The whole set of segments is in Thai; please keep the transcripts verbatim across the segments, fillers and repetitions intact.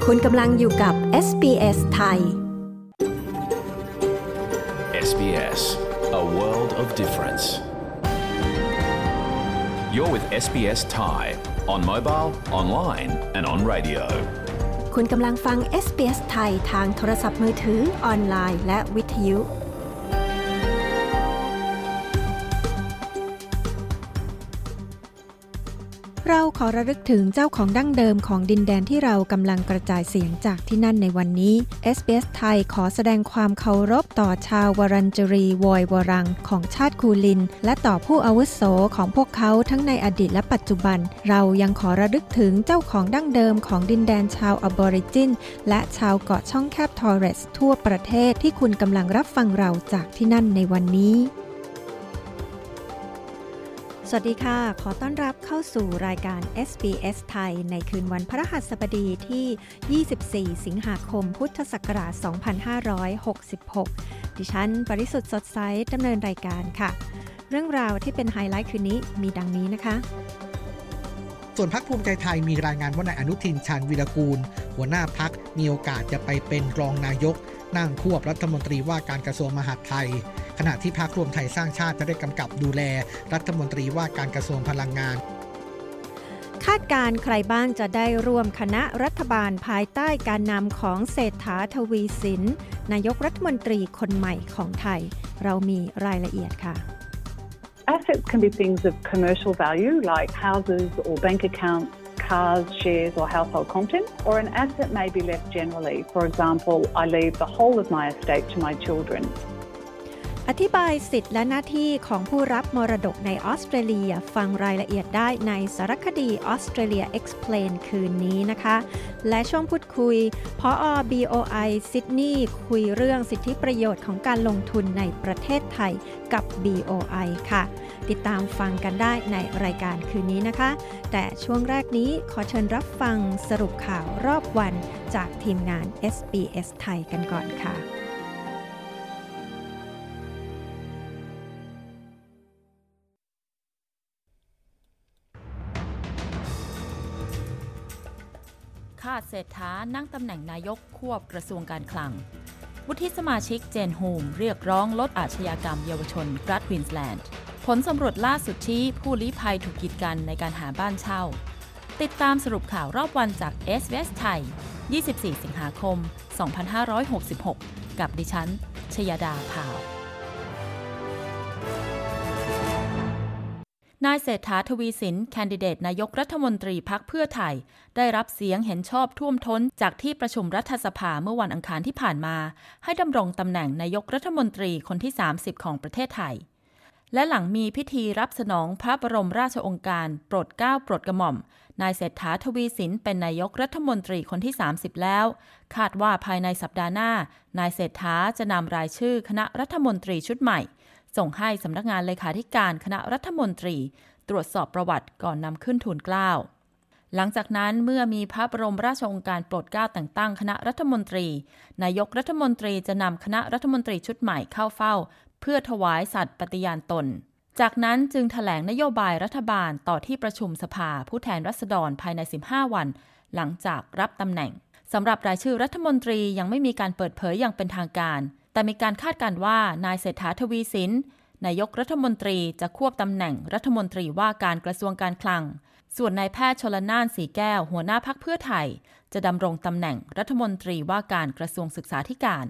คุณกำลังอยู่กับ เอส บี เอส ไทยเอส บี เอส, a world of difference. You're with เอส บี เอส Thai on mobile, online and on radio. คุณกำลังฟัง เอส บี เอส ไทยทางโทรศัพท์มือถือออนไลน์และวิทยุเราขอระลึกถึงเจ้าของดั้งเดิมของดินแดนที่เรากำลังกระจายเสียงจากที่นั่นในวันนี้ เอส บี เอส ไทยขอแสดงความเคารพต่อชาววรัญจรีวอยวรังของชาติคูลินและต่อผู้อาวุโสของพวกเขาทั้งในอดีตและปัจจุบันเรายังขอระลึกถึงเจ้าของดั้งเดิมของดินแดนชาวอบอริจินและชาวเกาะช่องแคบทอร์เรสทั่วประเทศที่คุณกำลังรับฟังเราจากที่นั่นในวันนี้สวัสดีค่ะขอต้อนรับเข้าสู่รายการ เอส บี เอส ไทยในคืนวันพฤหัสบดีที่ยี่สิบสี่สิงหาคมพุทธศักราชสองพันห้าร้อยหกสิบหกดิฉันปริสุทธิ์สดใสดำเนินรายการค่ะเรื่องราวที่เป็นไฮไลท์คืนนี้มีดังนี้นะคะส่วนพรรคภูมิใจไทยมีรายงานว่านายอนุทินชาญวีรกูลหัวหน้าพรรคมีโอกาสจะไปเป็นรองนายกนั่งควบรัฐมนตรีว่าการกระทรวงมหาดไทยขณะที่พรรครวมไทยสร้างชาติจะได้กำกับดูแลรัฐมนตรีว่าการกระทรวงพลังงานคาดการใครบ้างจะได้ร่วมคณะรัฐบาลภายใต้การนำของเศรษฐาทวีสินนายกรัฐมนตรีคนใหม่ของไทยเรามีรายละเอียดค่ะ Assets can be things of commercial value like houses or bank accounts, cars, shares or household contents, or an asset may be left generally. For example, I leave the whole of my estate to my children. อธิบายสิทธิและหน้าที่ของผู้รับมรดกในออสเตรเลียฟังรายละเอียดได้ในสารคดี Australia Explain คืนนี้นะคะและช่วงพูดคุยผอ. บี โอ ไอ ซิดนีย์คุยเรื่องสิทธิประโยชน์ของการลงทุนในประเทศไทยกับ บี โอ ไอ ค่ะติดตามฟังกันได้ในรายการคืนนี้นะคะแต่ช่วงแรกนี้ขอเชิญรับฟังสรุปข่าวรอบวันจากทีมงาน เอส บี เอส ไทยกันก่อนค่ะข้าเศรษฐานั่งตำแหน่งนายกควบกระทรวงการคลังวุฒิสมาชิกเจนฮูมเรียกร้องลดอาชญากรรมเยาวชนรัฐควีนสแลนด์ผลสำรวจล่าสุดชี้ผู้ลี้ภัยถูกกีดกันในการหาบ้านเช่าติดตามสรุปข่าวรอบวันจาก เอส บี เอส ไทยยี่สิบสี่สิงหาคมสองพันห้าร้อยหกสิบหกกับดิฉันชยดาภานายเศรษฐาทวีสินแคนดิเดตนายกรัฐมนตรีพรรคเพื่อไทยได้รับเสียงเห็นชอบท่วมท้นจากที่ประชุมรัฐสภาเมื่อวันอังคารที่ผ่านมาให้ดำรงตำแหน่งนายกรัฐมนตรีคนที่สามสิบของประเทศไทยและหลังมีพิธีรับสนองพระบรมราชโองการโปรดเกล้าโปรดกระหม่อมนายเศรษฐาทวีสินเป็นนายกรัฐมนตรีคนที่สามสิบแล้วคาดว่าภายในสัปดาห์หน้านายเศรษฐาจะนำรายชื่อคณะรัฐมนตรีชุดใหม่ส่งให้สำนักงานเลขาธิการคณะรัฐมนตรีตรวจสอบประวัติก่อนนำขึ้นทูลเกล้าหลังจากนั้นเมื่อมีพระบรมราชโองการโปรดเกล้าแต่งตั้งคณะรัฐมนตรีนายกรัฐมนตรีจะนำคณะรัฐมนตรีชุดใหม่เข้าเฝ้าเพื่อถวายสัตย์ปฏิญาณตนจากนั้นจึงแถลงนโยบายรัฐบาลต่อที่ประชุมสภาผู้แทนราษฎรภายในสิบห้าวันหลังจากรับตำแหน่งสำหรับรายชื่อรัฐมนตรียังไม่มีการเปิดเผยอย่างเป็นทางการแต่มีการคาดการณ์ว่านายเศรษฐาทวีสินนายกรัฐมนตรีจะควบตำแหน่งรัฐมนตรีว่าการกระทรวงการคลังส่วนนายแพทย์ชลน่านสีแก้วหัวหน้าพรรคเพื่อไทยจะดำรงตำแหน่งรัฐมนตรีว่าการกระทรวงศึกษาธิการ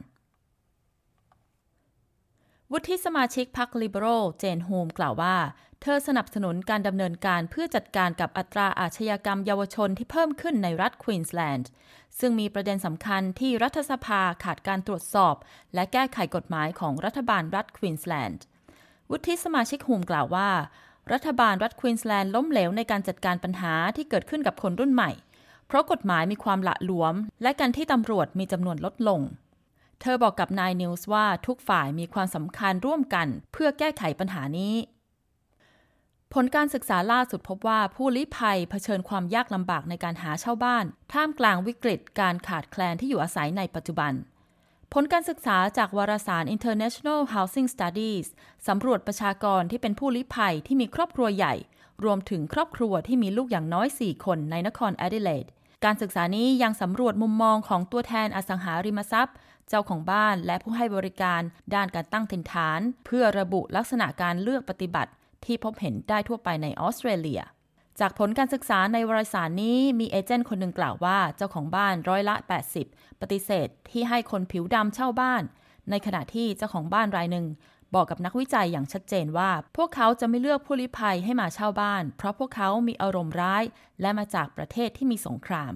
วุฒิสมาชิกพรรคลิเบอรัลเจนฮูมกล่าวว่าเธอสนับสนุนการดำเนินการเพื่อจัดการกับอัตราอาชญากรรมเยาวชนที่เพิ่มขึ้นในรัฐควีนสแลนด์ซึ่งมีประเด็นสำคัญที่รัฐสภาขาดการตรวจสอบและแก้ไขกฎหมายของรัฐบาลรัฐควีนสแลนด์วุฒิสมาชิกฮูมกล่าวว่ารัฐบาลรัฐควีนสแลนด์ล้มเหลวในการจัดการปัญหาที่เกิดขึ้นกับคนรุ่นใหม่เพราะกฎหมายมีความหละหลวมและการที่ตำรวจมีจำนวนลดลงเธอบอกกับนายนิวส์ว่าทุกฝ่ายมีความสำคัญร่วมกันเพื่อแก้ไขปัญหานี้ผลการศึกษาล่าสุดพบว่าผู้ลี้ภัยเผชิญความยากลำบากในการหาเช่าบ้านท่ามกลางวิกฤตการขาดแคลนที่อยู่อาศัยในปัจจุบันผลการศึกษาจากวารสาร International Housing Studies สำรวจประชากรที่เป็นผู้ลี้ภัยที่มีครอบครัวใหญ่รวมถึงครอบครัวที่มีลูกอย่างน้อยสี่คนในนครแอดิเลดการศึกษานี้ยังสำรวจมุมมองของตัวแทนอสังหาริมทรัพย์เจ้าของบ้านและผู้ให้บริการด้านการตั้งถิ่นฐานเพื่อระบุลักษณะการเลือกปฏิบัติที่พบเห็นได้ทั่วไปในออสเตรเลียจากผลการศึกษาในวารสารนี้มีเอเจนต์คนหนึ่งกล่าวว่าเจ้าของบ้านร้อยละแปดสิบปฏิเสธที่ให้คนผิวดำเช่าบ้านในขณะที่เจ้าของบ้านรายหนึ่งบอกกับนักวิจัยอย่างชัดเจนว่าพวกเขาจะไม่เลือกผู้ลี้ภัยให้มาเช่าบ้านเพราะพวกเขามีอารมณ์ร้ายและมาจากประเทศที่มีสงคราม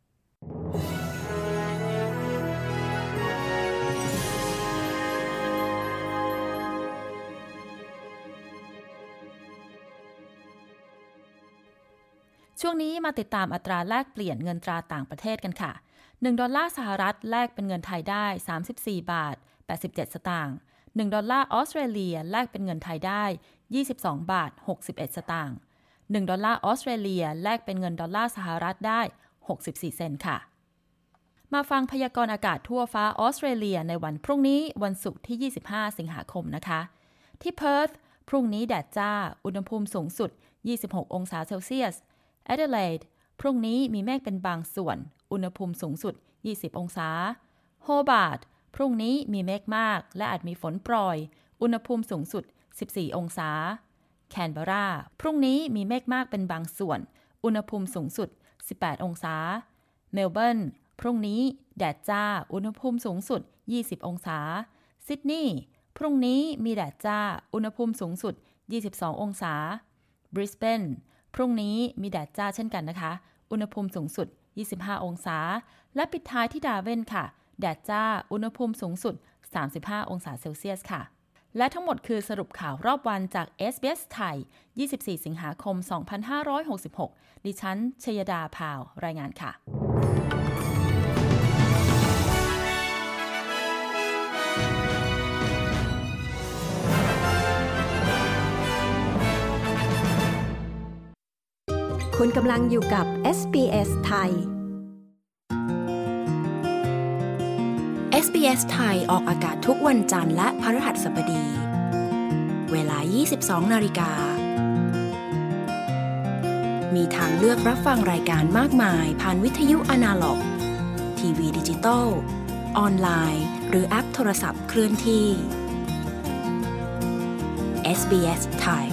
ช่วงนี้มาติดตามอัตราแลกเปลี่ยนเงินตราต่างประเทศกันค่ะหนึ่งดอลลาร์สหรัฐแลกเป็นเงินไทยได้สามสิบสี่บาทแปดสิบเจ็ดสตางค์หนึ่งดอลลาร์ออสเตรเลียแลกเป็นเงินไทยได้ยี่สิบสองบาทหกสิบเอ็ดสตางค์หนึ่งดอลลาร์ออสเตรเลียแลกเป็นเงินดอลลาร์สหรัฐได้หกสิบสี่เซนต์ค่ะมาฟังพยากรณ์อากาศทั่วฟ้าออสเตรเลียในวันพรุ่งนี้วันศุกร์ที่ยี่สิบห้าสิงหาคมนะคะที่เพิร์ธพรุ่งนี้แดดจ้าอุณหภูมิสูงสุดยี่สิบหกองศาเซลเซียสแอดิเลดพรุ่งนี้มีเมฆเป็นบางส่วนอุณหภูมิสูงสุดยี่สิบองศาโฮบาร์ตพรุ่งนี้มีเมฆมากและอาจมีฝนโปรยอุณหภูมิสูงสุดสิบสี่องศาแคนเบอราพรุ่งนี้มีเมฆมากเป็นบางส่วนอุณหภูมิสูงสุดสิบแปดองศาเมลเบิร์นพรุ่งนี้แดดจ้าอุณหภูมิสูงสุดยี่สิบองศาซิดนีย์พรุ่งนี้มีแดดจ้าอุณหภูมิสูงสุดยี่สิบสององศาบริสเบนพรุ่งนี้มีแดดจ้าเช่นกันนะคะอุณหภูมิสูงสุดยี่สิบห้าองศาและปิดท้ายที่ดาร์วินค่ะแดดจ้าอุณหภูมิสูงสุดสามสิบห้าองศาเซลเซียสค่ะและทั้งหมดคือสรุปข่าวรอบวันจาก เอส บี เอส ไทยยี่สิบสี่สิงหาคมสองพันห้าร้อยหกสิบหกดิฉันชยดาพาวรายงานค่ะคุณกำลังอยู่กับ เอส บี เอส ไทยเอส บี เอส ไทยออกอากาศทุกวันจันทร์และพฤหัสบดี เวลา ยี่สิบสองนาฬิกา มีทางเลือกรับฟังรายการมากมายผ่านวิทยุอนาล็อก ทีวีดิจิตอลออนไลน์หรือแอปโทรศัพท์เคลื่อนที่ เอส บี เอส ไทย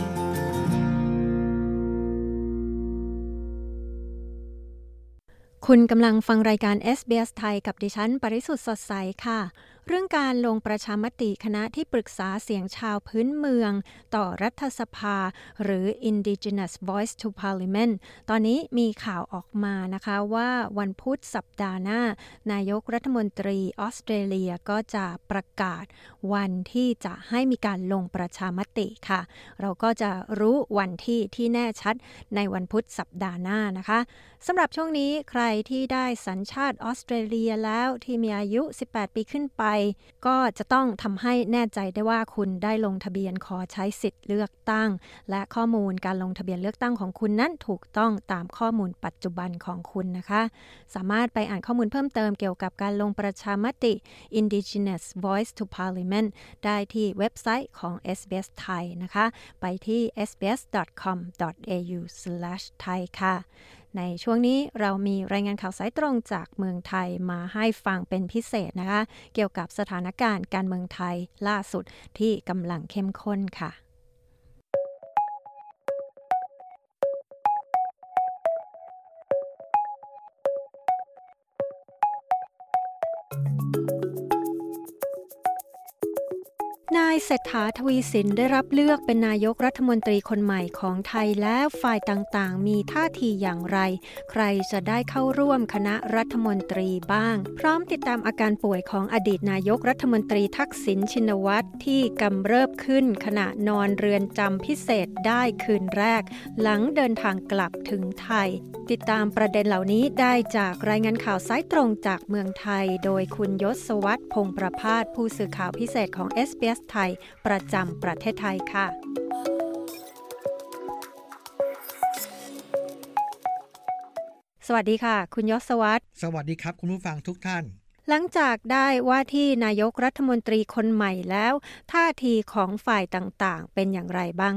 คุณกำลังฟังรายการ เอส บี เอส ไทยกับดิฉันปริสุทธิ์สดใสค่ะเรื่องการลงประชามติคณะที่ปรึกษาเสียงชาวพื้นเมืองต่อรัฐสภาหรือ Indigenous Voice to Parliament ตอนนี้มีข่าวออกมานะคะว่าวันพุธสัปดาห์หน้านายกรัฐมนตรีออสเตรเลียก็จะประกาศวันที่จะให้มีการลงประชามติค่ะเราก็จะรู้วันที่ที่แน่ชัดในวันพุธสัปดาห์หน้านะคะสำหรับช่วงนี้ใครที่ได้สัญชาติออสเตรเลียแล้วที่มีอายุสิบแปดปีขึ้นไปก็จะต้องทำให้แน่ใจได้ว่าคุณได้ลงทะเบียนขอใช้สิทธิ์เลือกตั้งและข้อมูลการลงทะเบียนเลือกตั้งของคุณนั้นถูกต้องตามข้อมูลปัจจุบันของคุณนะคะสามารถไปอ่านข้อมูลเพิ่มเติมเกี่ยวกับการลงประชามติ Indigenous Voice to Parliament ได้ที่เว็บไซต์ของ เอส บี เอส ไทยนะคะไปที่ เอส บี เอส ดอท คอม ดอท เอ ยู สแลช ไทย ค่ะในช่วงนี้เรามีรายงานข่าวสายตรงจากเมืองไทยมาให้ฟังเป็นพิเศษนะคะเกี่ยวกับสถานการณ์การเมืองไทยล่าสุดที่กำลังเข้มข้นค่ะนายเศรษฐา ทวีสินได้รับเลือกเป็นนายกรัฐมนตรีคนใหม่ของไทยแล้วฝ่ายต่างๆมีท่าทีอย่างไรใครจะได้เข้าร่วมคณะรัฐมนตรีบ้างพร้อมติดตามอาการป่วยของอดีตนายกรัฐมนตรีทักษิณชินวัตรที่กำเริบขึ้นขณะนอนเรือนจำพิเศษได้คืนแรกหลังเดินทางกลับถึงไทยติดตามประเด็นเหล่านี้ได้จากรายงานข่าวสายตรงจากเมืองไทยโดยคุณยศวัฒน์พงษ์ประภาสผู้สื่อข่าวพิเศษของ เอส บี เอส ไทยประจำประเทศไทยค่ะสวัสดีค่ะคุณยศวัฒน์สวัสดีครับคุณผู้ฟังทุกท่านหลังจากได้ว่าที่นายกรัฐมนตรีคนใหม่แล้วท่าทีของฝ่ายต่างๆเป็นอย่างไรบ้างคะ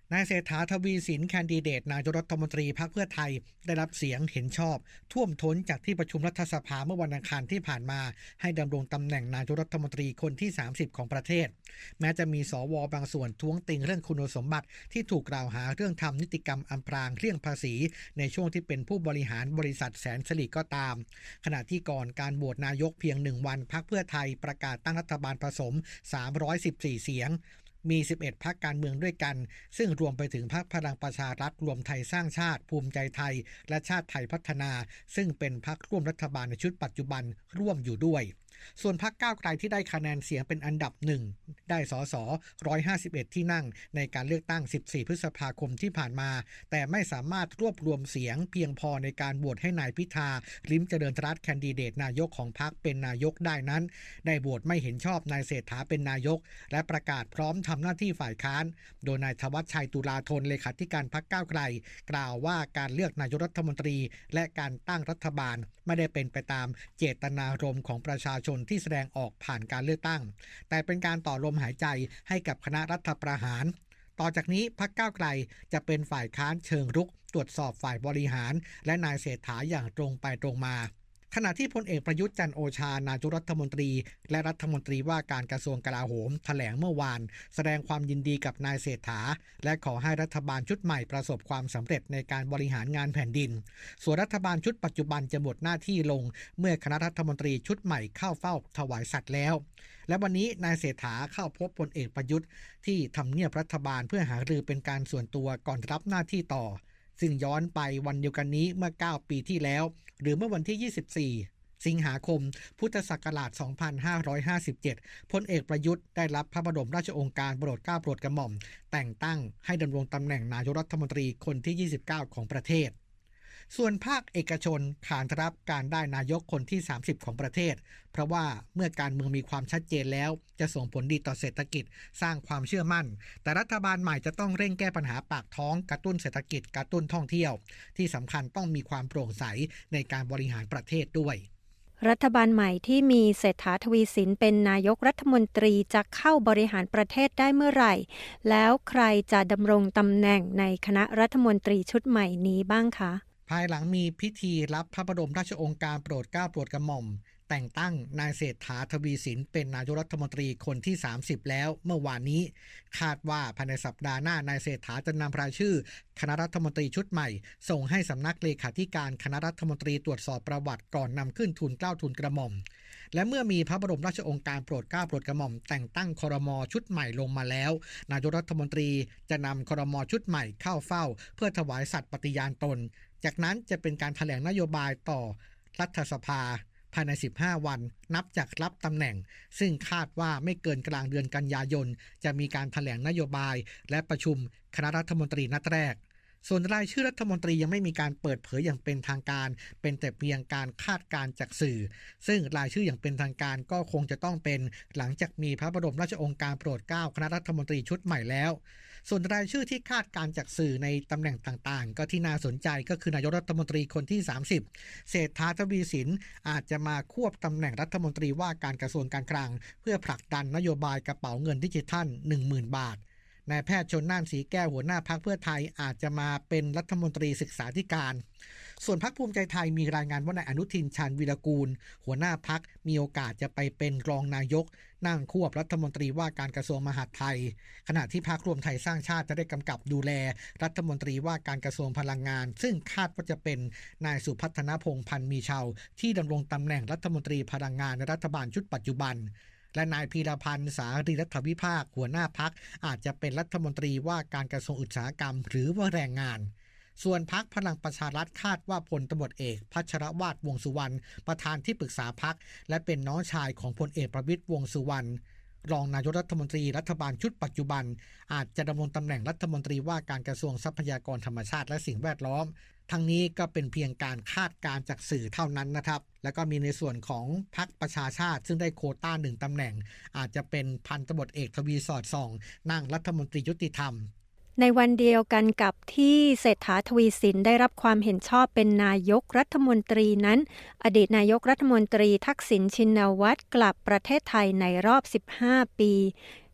นายเศรษฐาทวีสินแคนดิเดตนายกรัฐมนตรีพรรคเพื่อไทยได้รับเสียงเห็นชอบท่วมท้นจากที่ประชุมรัฐสภาเมื่อวันอังคารที่ผ่านมาให้ดำรงตำแหน่งนายกรัฐมนตรีคนที่สามสิบของประเทศแม้จะมีสวบางส่วนท้วงติงเรื่องคุณสมบัติที่ถูกกล่าวหาเรื่องทำนิติกรรมอำพรางเลี่ยงภาษีในช่วงที่เป็นผู้บริหารบริษัทแสนสิริก็ตามขณะที่ก่อนการโหวตนายกเพียงหนึ่งวันพรรคเพื่อไทยประกาศตั้งรัฐบาลผสมสามร้อยสิบสี่เสียงมีสิบเอ็ดพรรคการเมืองด้วยกันซึ่งรวมไปถึงพรรคพลังประชารัฐรวมไทยสร้างชาติภูมิใจไทยและชาติไทยพัฒนาซึ่งเป็นพรรคร่วมรัฐบาลในชุดปัจจุบันร่วมอยู่ด้วยส่วนพรรคก้าวไกลที่ได้คะแนนเสียงเป็นอันดับหนึ่งได้สสหนึ่งร้อยห้าสิบเอ็ดที่นั่งในการเลือกตั้งสิบสี่พฤษภาคมที่ผ่านมาแต่ไม่สามารถรวบรวมเสียงเพียงพอในการโหวตให้นายพิธาลิ้มเจริญรัตน์แคนดิเดตนายกของพรรคเป็นนายกได้นั้นได้โหวตไม่เห็นชอบนายเศรษฐาเป็นนายกและประกาศพร้อมทำหน้าที่ฝ่ายค้านโดยนายธวัชชัยตุลาธนเลขาธิการพรรคก้าวไกลกล่าวว่าการเลือกนายกรัฐมนตรีและการตั้งรัฐบาลไม่ได้เป็นไปตามเจตนารมณ์ของประชาชนที่แสดงออกผ่านการเลือกตั้งแต่เป็นการต่อลมหายใจให้กับคณะรัฐประหารต่อจากนี้พรรคก้าวไกลจะเป็นฝ่ายค้านเชิงรุกตรวจสอบฝ่ายบริหารและนายเศรษฐาอย่างตรงไปตรงมาขณะที่พลเอกประยุทธ์จันทร์โอชานายกรัฐมนตรีและรัฐมนตรีว่าการกระทรวงกลาโหมแถลงเมื่อวานแสดงความยินดีกับนายเศรษฐาและขอให้รัฐบาลชุดใหม่ประสบความสำเร็จในการบริหารงานแผ่นดินส่วนรัฐบาลชุดปัจจุบันจะหมดหน้าที่ลงเมื่อคณะรัฐมนตรีชุดใหม่เข้าเฝ้าถวายสัตย์แล้วและวันนี้นายเศรษฐาเข้าพบพลเอกประยุทธ์ที่ทำเนียบรัฐบาลเพื่อหารือเป็นการส่วนตัวก่อนรับหน้าที่ต่อซึ่งย้อนไปวันเดียวกันนี้เมื่อเก้าปีที่แล้วหรือเมื่อวันที่ยี่สิบสี่สิงหาคมพุทธศักราชสองพันห้าร้อยห้าสิบเจ็ดพลเอกประยุทธ์ได้รับพระบรมราชโองการโปรดเกล้าโปรดกระหม่อมแต่งตั้งให้ดำรงตำแหน่งนายกรัฐมนตรีคนที่ยี่สิบเก้าของประเทศส่วนภาคเอกชนขานรับการได้นายกคนที่สามสิบของประเทศเพราะว่าเมื่อการเมืองมีความชัดเจนแล้วจะส่งผลดีต่อเศรษฐกิจสร้างความเชื่อมั่นแต่รัฐบาลใหม่จะต้องเร่งแก้ปัญหาปากท้องกระตุ้นเศรษฐกิจกระตุ้นท่องเที่ยวที่สำคัญต้องมีความโปร่งใสในการบริหารประเทศด้วยรัฐบาลใหม่ที่มีเศรษฐาทวีสินเป็นนายกรัฐมนตรีจะเข้าบริหารประเทศได้เมื่อไหร่แล้วใครจะดำรงตำแหน่งในคณะรัฐมนตรีชุดใหม่นี้บ้างคะภายหลังมีพิธีรับพระบรมราชโองการโปรดเกล้าโปรดกระหม่อมแต่งตั้งนายเศรษฐาทวีสินเป็นนายกรัฐมนตรีคนที่สามสิบแล้วเมื่อวานนี้คาดว่าภายในสัปดาห์หน้านายเศรษฐาจะนำรายชื่อคณะรัฐมนตรีชุดใหม่ส่งให้สำนักเลขาธิการคณะรัฐมนตรีตรวจสอบประวัติก่อนนำขึ้นทูลเกล้าทูลกระหม่อมและเมื่อมีพระบรมราชโองการโปรดเกล้าโปรดกระหม่อมแต่งตั้งครม.ชุดใหม่ลงมาแล้วนายกรัฐมนตรีจะนำครม.ชุดใหม่เข้าเฝ้าเพื่อถวายสัตย์ปฏิญาณตนจากนั้นจะเป็นการแถลงนโยบายต่อรัฐสภาภายในสิบห้าวันนับจากรับตำแหน่งซึ่งคาดว่าไม่เกินกลางเดือนกันยายนจะมีการแถลงนโยบายและประชุมคณะรัฐมนตรีนัดแรกส่วนรายชื่อรัฐมนตรียังไม่มีการเปิดเผยอย่างเป็นทางการเป็นแต่เพียงการคาดการณ์จากสื่อซึ่งรายชื่ออย่างเป็นทางการก็คงจะต้องเป็นหลังจากมีพระบรมราชโองการโปรดเกล้าคณะรัฐมนตรีชุดใหม่แล้วส่วนรายชื่อที่คาดการณ์จากสื่อในตำแหน่งต่างๆก็ที่น่าสนใจก็คือนายกรัฐมนตรีคนที่สามสิบเศรษฐาทวีสินอาจจะมาควบตำแหน่งรัฐมนตรีว่าการกระทรวงการคลังเพื่อผลักดันนโยบายกระเป๋าเงินดิจิทัล หนึ่งหมื่น บาทนายแพทย์ชลน่านสีแก้วหัวหน้าพรรคเพื่อไทยอาจจะมาเป็นรัฐมนตรีศึกษาธิการส่วนพรรคภูมิใจไทยมีรายงานว่านายอนุทินชาญวีรกูลหัวหน้าพรรคมีโอกาสจะไปเป็นรองนายกนั่งควบรัฐมนตรีว่าการกระทรวงมหาดไทยขณะที่พรรครวมไทยสร้างชาติจะได้กำกับดูแลรัฐมนตรีว่าการกระทรวงพลังงานซึ่งคาดว่าจะเป็นนายสุพัฒนพงษ์พันธ์มีเชาที่ดำรงตำแหน่งรัฐมนตรีพลังงานในรัฐบาลชุดปัจจุบันและนายพีรพันธ์สารีรัฐวิภาคหัวหน้าพรรคอาจจะเป็นรัฐมนตรีว่าการกระทรวงอุตสาหกรรมหรือว่าแรงงานส่วนพรรคพลังประชารัฐคาดว่าพลตำรวจเอกพัชรวาทวงษ์สุวรรณประธานที่ปรึกษาพรรคและเป็นน้องชายของพลเอกประวิตรวงษ์สุวรรณรองนายกรัฐมนตรีรัฐบาลชุดปัจจุบันอาจจะดำรงตำแหน่งรัฐมนตรีว่าการกระทรวงทรัพยากรธรรมชาติและสิ่งแวดล้อมทั้งนี้ก็เป็นเพียงการคาดการณ์จากสื่อเท่านั้นนะครับแล้วก็มีในส่วนของพรรคประชาชาติซึ่งได้โควต้าหนึ่งตำแหน่งอาจจะเป็นพันตำรวจเอกทวีสอดส่องนั่งรัฐมนตรียุติธรรมในวันเดียวกันกับที่เศรษฐาทวีสินได้รับความเห็นชอบเป็นนายกรัฐมนตรีนั้นอดีตนายกรัฐมนตรีทักษิณชินวัตรกลับประเทศไทยในรอบสิบห้าปี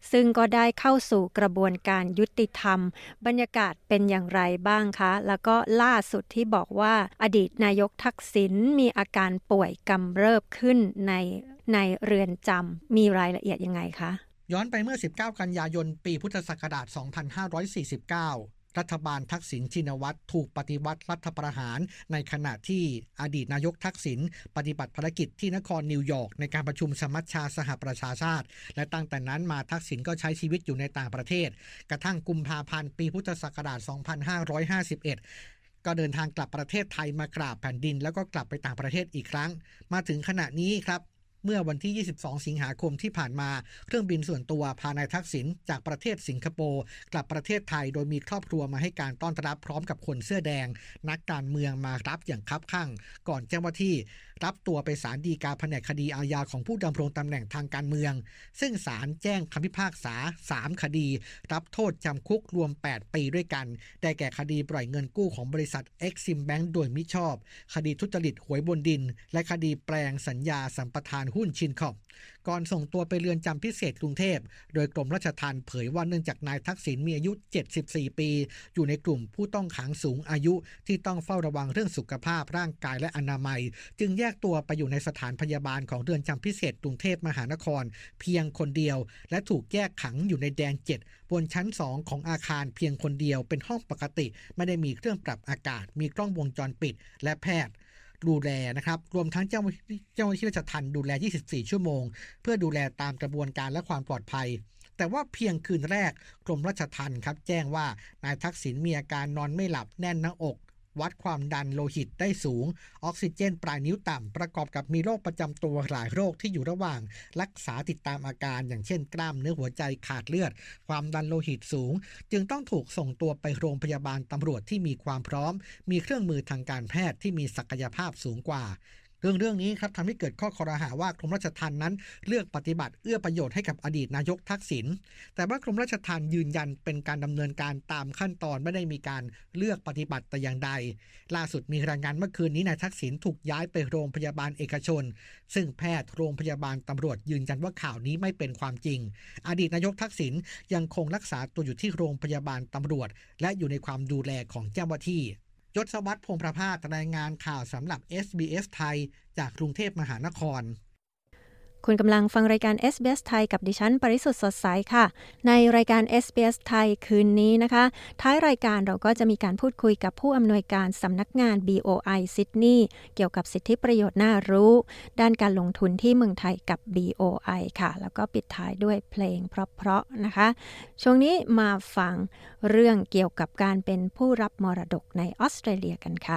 ซึ่งก็ได้เข้าสู่กระบวนการยุติธรรมบรรยากาศเป็นอย่างไรบ้างคะแล้วก็ล่าสุดที่บอกว่าอดีตนายกทักษิณมีอาการป่วยกำเริบขึ้นในในเรือนจำมีรายละเอียดยังไงคะย้อนไปเมื่อสิบเก้ากันยายนปีพุทธศักราชสองพันห้าร้อยสี่สิบเก้ารัฐบาลทักษิณชินวัตรถูกปฏิวัติรัฐประหารในขณะที่อดีตนายกทักษิณปฏิบัติภารกิจที่นครนิวยอร์กในการประชุมสมัชชาสหประชาชาติและตั้งแต่นั้นมาทักษิณก็ใช้ชีวิตอยู่ในต่างประเทศกระทั่งกุมภาพันธ์ปีพุทธศักราชสองพันห้าร้อยห้าสิบเอ็ดก็เดินทางกลับประเทศไทยมากราบแผ่นดินแล้วก็กลับไปต่างประเทศอีกครั้งมาถึงขณะนี้ครับเมื่อวันที่ยี่สิบสองสิงหาคมที่ผ่านมาเครื่องบินส่วนตัวพานายทักษิณจากประเทศสิงคโปร์กลับประเทศไทยโดยมีครอบครัวมาให้การต้อนรับพร้อมกับคนเสื้อแดงนักการเมืองมารับอย่างคับคั่งก่อนเจ้าหน้าที่รับตัวไปศาลฎีกาแผนกคดีอาญาของผู้ดำรงตำแหน่งทางการเมืองซึ่งศาลแจ้งคำพิพากษาสามคดีรับโทษจำคุกรวมแปดปีด้วยกันได้แก่คดีปล่อยเงินกู้ของบริษัท Exim Bank โดยมิชอบคดีทุจริตหวยบนดินและคดีแปลงสัญญาสัมปทานหุ้นชินคอร์ปก่อนส่งตัวไปเรือนจำพิเศษกรุงเทพโดยกรมราชทัณฑ์เผยว่าเนื่องจากนายทักษิณมีอายุเจ็ดสิบสี่ปีอยู่ในกลุ่มผู้ต้องขังสูงอายุที่ต้องเฝ้าระวังเรื่องสุขภาพร่างกายและอนามัยจึงแยกตัวไปอยู่ในสถานพยาบาลของเรือนจำพิเศษกรุงเทพมหานครเพียงคนเดียวและถูกแยกขังอยู่ในแดนเจ็ดบนชั้นสองของอาคารเพียงคนเดียวเป็นห้องปกติไม่ได้มีเครื่องปรับอากาศมีกล้องวงจรปิดและแพทย์ดูแลนะครับรวมทั้งเจ้าเจ้าหน้าที่ราชทัณฑ์ดูแลยี่สิบสี่ชั่วโมงเพื่อดูแลตามกระบวนการและความปลอดภัยแต่ว่าเพียงคืนแรกกรมราชทัณฑ์ครับแจ้งว่านายทักษิณมีอาการนอนไม่หลับแน่นหน้าอกวัดความดันโลหิตได้สูงออกซิเจนปลายนิ้วต่ำประกอบกับมีโรคประจำตัวหลายโรคที่อยู่ระหว่างรักษาติดตามอาการอย่างเช่นกล้ามเนื้อหัวใจขาดเลือดความดันโลหิตสูงจึงต้องถูกส่งตัวไปโรงพยาบาลตำรวจที่มีความพร้อมมีเครื่องมือทางการแพทย์ที่มีศักยภาพสูงกว่าเรื่องเรื่องนี้ครับทำให้เกิดข้อคอรหาว่ากรมราชทัณฑ์นั้นเลือกปฏิบัติเอื้อประโยชน์ให้กับอดีตนายกทักษิณแต่ว่ากรมราชทัณฑ์ยืนยันเป็นการดำเนินการตามขั้นตอนไม่ได้มีการเลือกปฏิบัติแต่อย่างใดล่าสุดมีรายงานเมื่อคืนนี้นายทักษิณถูกย้ายไปโรงพยาบาลเอกชนซึ่งแพทย์โรงพยาบาลตำรวจยืนยันว่าข่าวนี้ไม่เป็นความจริงอดีตนายกทักษิณยังคงรักษาตัวอยู่ที่โรงพยาบาลตำรวจและอยู่ในความดูแลของเจ้าหน้าที่ยศวัฒน์พงษ์ประภาสรายงานข่าวสำหรับ เอส บี เอส ไทยจากกรุงเทพมหานครคุณกำลังฟังรายการ เอส บี เอส ไทยกับดิฉันปริสุทธิ์สดใสค่ะในรายการ เอส บี เอส ไทยคืนนี้นะคะท้ายรายการเราก็จะมีการพูดคุยกับผู้อำนวยการสำนักงาน บี โอ ไอ ซิดนีย์เกี่ยวกับสิทธิประโยชน์น่ารู้ด้านการลงทุนที่เมืองไทยกับ บี โอ ไอ ค่ะแล้วก็ปิดท้ายด้วยเพลงเพราะๆนะคะช่วงนี้มาฟังเรื่องเกี่ยวกับการเป็นผู้รับมรดกในออสเตรเลียกันค่ะ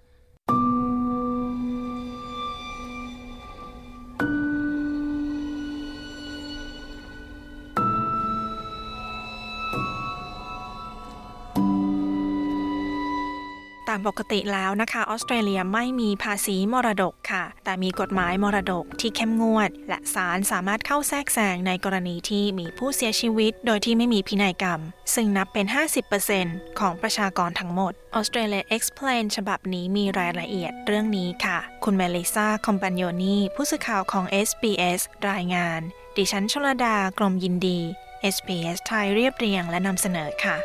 ตามปกติแล้วนะคะออสเตรเลียไม่มีภาษีมรดกค่ะแต่มีกฎหมายมรดกที่เข้มงวดและศาลสามารถเข้าแทรกแซงในกรณีที่มีผู้เสียชีวิตโดยที่ไม่มีพินัยกรรมซึ่งนับเป็น ห้าสิบเปอร์เซ็นต์ ของประชากรทั้งหมด Australia Explain ฉบับนี้มีรายละเอียดเรื่องนี้ค่ะคุณเมลิซาคอมปานโยนีผู้สื่อข่าวของ เอส บี เอส รายงานดิฉันชลดากรมยินดี เอส บี เอส ไทยเรียบเรียงและนำเสนอค่ะ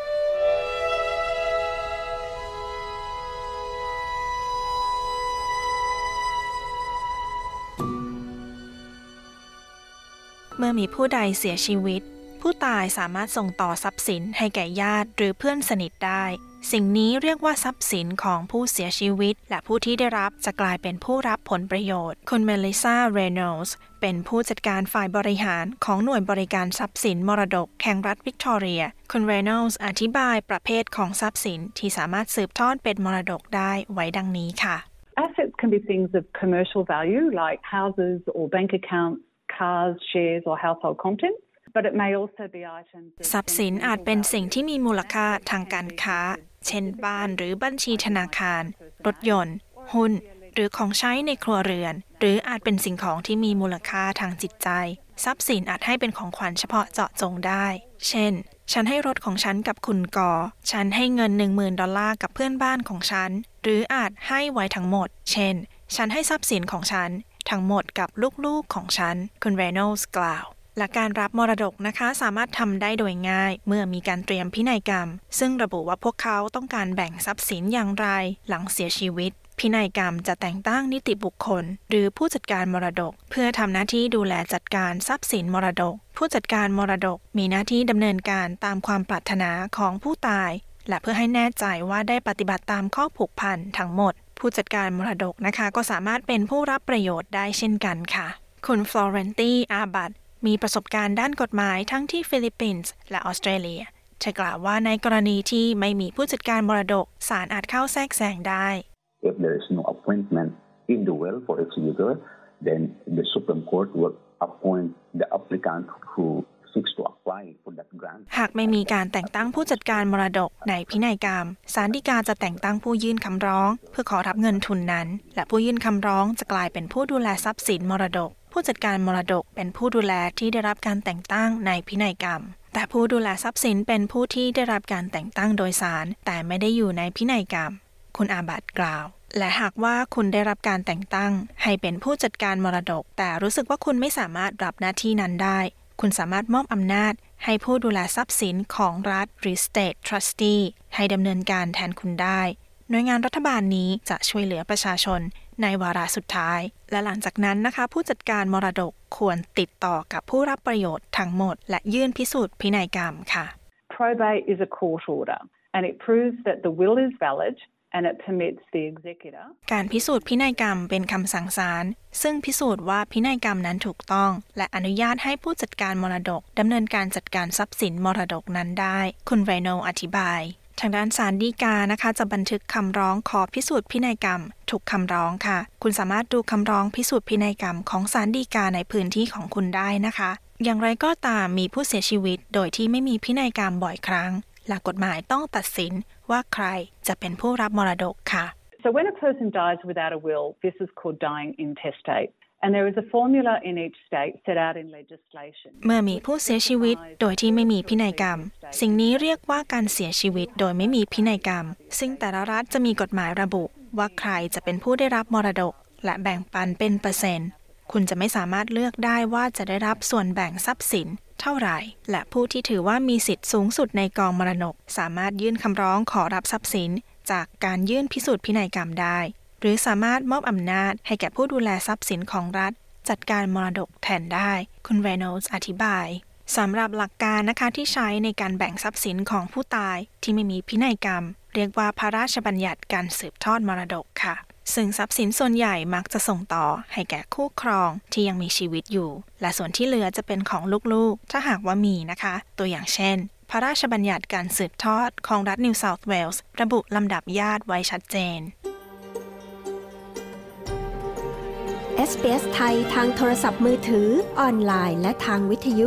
เมื่อมีผู้ใดเสียชีวิตผู้ตายสามารถส่งต่อทรัพย์สินให้แก่ญาติหรือเพื่อนสนิทได้สิ่งนี้เรียกว่าทรัพย์สินของผู้เสียชีวิตและผู้ที่ได้รับจะกลายเป็นผู้รับผลประโยชน์คุณเมลิซาเรโนลส์เป็นผู้จัดการฝ่ายบริหารของหน่วยบริการทรัพย์สินมรดกแห่งรัฐวิกตอเรียคุณเรโนลส์อธิบายประเภทของทรัพย์สินที่สามารถสืบทอดเป็นมรดกได้ไว้ดังนี้ค่ะ Assets can be things of commercial value like houses or bank accounts cars, shares or household contents, but it may also be items ทรัพย์สินอาจเป็นสิ่งที่มีมูลค่าทางการค้าเช่นบ้านหรือบัญชีธนาคารรถยนต์หุ้นหรือของใช้ในครัวเรือนหรืออาจเป็นสิ่งของที่มีมูลค่าทางจิตใจทรัพย์สินอาจให้เป็นของขวัญเฉพาะเจาะจงได้เช่นฉันให้รถของฉันกับคุณกอฉันให้เงิน หนึ่งหมื่น ดอลลาร์กับเพื่อนบ้านของฉันหรืออาจให้ไว้ทั้งหมดเช่นฉันให้ทรัพย์สินของฉันทั้งหมดกับลูกๆของฉันคุณเรโนลส์กล่าวและการรับมรดกนะคะสามารถทำได้โดยง่ายเมื่อมีการเตรียมพินัยกรรมซึ่งระบุว่าพวกเขาต้องการแบ่งทรัพย์สินอย่างไรหลังเสียชีวิตพินัยกรรมจะแต่งตั้งนิติบุคคลหรือผู้จัดการมรดกเพื่อทำหน้าที่ดูแลจัดการทรัพย์สินมรดกผู้จัดการมรดกมีหน้าที่ดำเนินการตามความปรารถนาของผู้ตายและเพื่อให้แน่ใจว่าได้ปฏิบัติตามข้อผูกพันทั้งหมดผู้จัดการมรดกนะคะก็สามารถเป็นผู้รับประโยชน์ได้เช่นกันค่ะคุณฟลอเรนตี้อาบัตมีประสบการณ์ด้านกฎหมายทั้งที่ฟิลิปปินส์และออสเตรเลียเธอกล่าวว่าในกรณีที่ไม่มีผู้จัดการมรดกศาลอาจเข้าแทรกแซงได้ If there is no appointment in the will for executor, then the Supreme Court will appoint the applicant who seeks to apply for that grant. หากไม่มีการแต่งตั้งผู้จัดการมรดกในพินัยกรรมศาลฎีกาจะแต่งตั้งผู้ยื่นคำร้องเพื่อขอรับเงินทุนนั้นและผู้ยื่นคำร้องจะกลายเป็นผู้ดูแลทรัพย์สินมรดกผู้จัดการมรดกเป็นผู้ดูแลที่ได้รับการแต่งตั้งในพินัยกรรมแต่ผู้ดูแลทรัพย์สินเป็นผู้ที่ได้รับการแต่งตั้งโดยศาลแต่ไม่ได้อยู่ในพินัยกรรมคุณอาบัตกล่าวและหากว่าคุณได้รับการแต่งตั้งให้เป็นผู้จัดการมรดกแต่รู้สึกว่าคุณไม่สามารถรับหน้าที่นั้นได้คุณสามารถมอบอำนาจให้ผู้ดูแลทรัพย์สินของรัฐหรือ State Trustee ให้ดำเนินการแทนคุณได้หน่วยงานรัฐบาลนี้จะช่วยเหลือประชาชนในวาระสุดท้ายและหลังจากนั้นนะคะผู้จัดการมรดกควรติดต่อกับผู้รับประโยชน์ทั้งหมดและยื่นพิสูจน์พินัยกรรมค่ะ Probate is a court order and it proves that the will is valid and it permits the executor การพิสูจน์พินัยกรรมเป็นคำสั่งศาลซึ่งพิสูจน์ว่าพินัยกรรมนั้นถูกต้องและอนุญาตให้ผู้จัดการมรดกดำเนินการจัดการทรัพย์สินมรดกนั้นได้คุณเรโนอธิบายทางด้านศาลฎีกานะคะจะบันทึกคำร้องขอพิสูจน์พินัยกรรมทุกคำร้องค่ะคุณสามารถดูคำร้องพิสูจน์พินัยกรรมของศาลฎีกาในพื้นที่ของคุณได้นะคะอย่างไรก็ตามมีผู้เสียชีวิตโดยที่ไม่มีพินัยกรรมบ่อยครั้งและกฎหมายต้องตัดสินว่าใครจะเป็นผู้รับมรดกค่ะ So when a person dies without a will, this is called dying intestate. And there is a formula in each state set out in legislation. เมื่อมีผู้เสียชีวิตโดยที่ไม่มีพินัยกรรมสิ่งนี้เรียกว่าการเสียชีวิตโดยไม่มีพินัยกรรมซึ่งแต่ละรัฐจะมีกฎหมายระบุว่าใครจะเป็นผู้ได้รับมรดกและแบ่งปันเป็นเปอร์เซ็นต์คุณจะไม่สามารถเลือกได้ว่าจะได้รับส่วนแบ่งทรัพย์สินเท่าไหร่และผู้ที่ถือว่ามีสิทธิ์สูงสุดในกองมรดกสามารถยื่นคำร้องขอรับทรัพย์สินจากการยื่นพิสูจน์พินัยกรรมได้หรือสามารถมอบอำนาจให้แก่ผู้ดูแลทรัพย์สินของรัฐจัดการมรดกแทนได้คุณเรโนลด์อธิบายสำหรับหลักการนะคะที่ใช้ในการแบ่งทรัพย์สินของผู้ตายที่ไม่มีพินัยกรรมเรียกว่าพระราชบัญญัติการสืบทอดมรดกค่ะซึ่งทรัพย์สินส่วนใหญ่มักจะส่งต่อให้แก่คู่ครองที่ยังมีชีวิตอยู่และส่วนที่เหลือจะเป็นของลูกๆถ้าหากว่ามีนะคะตัวอย่างเช่นพระราชบัญญัติการสืบทอดของรัฐนิวเซาท์เวลส์ระบุลำดับญาติไว้ชัดเจนเอส บี เอส ไทยทางโทรศัพท์มือถือออนไลน์และทางวิทยุ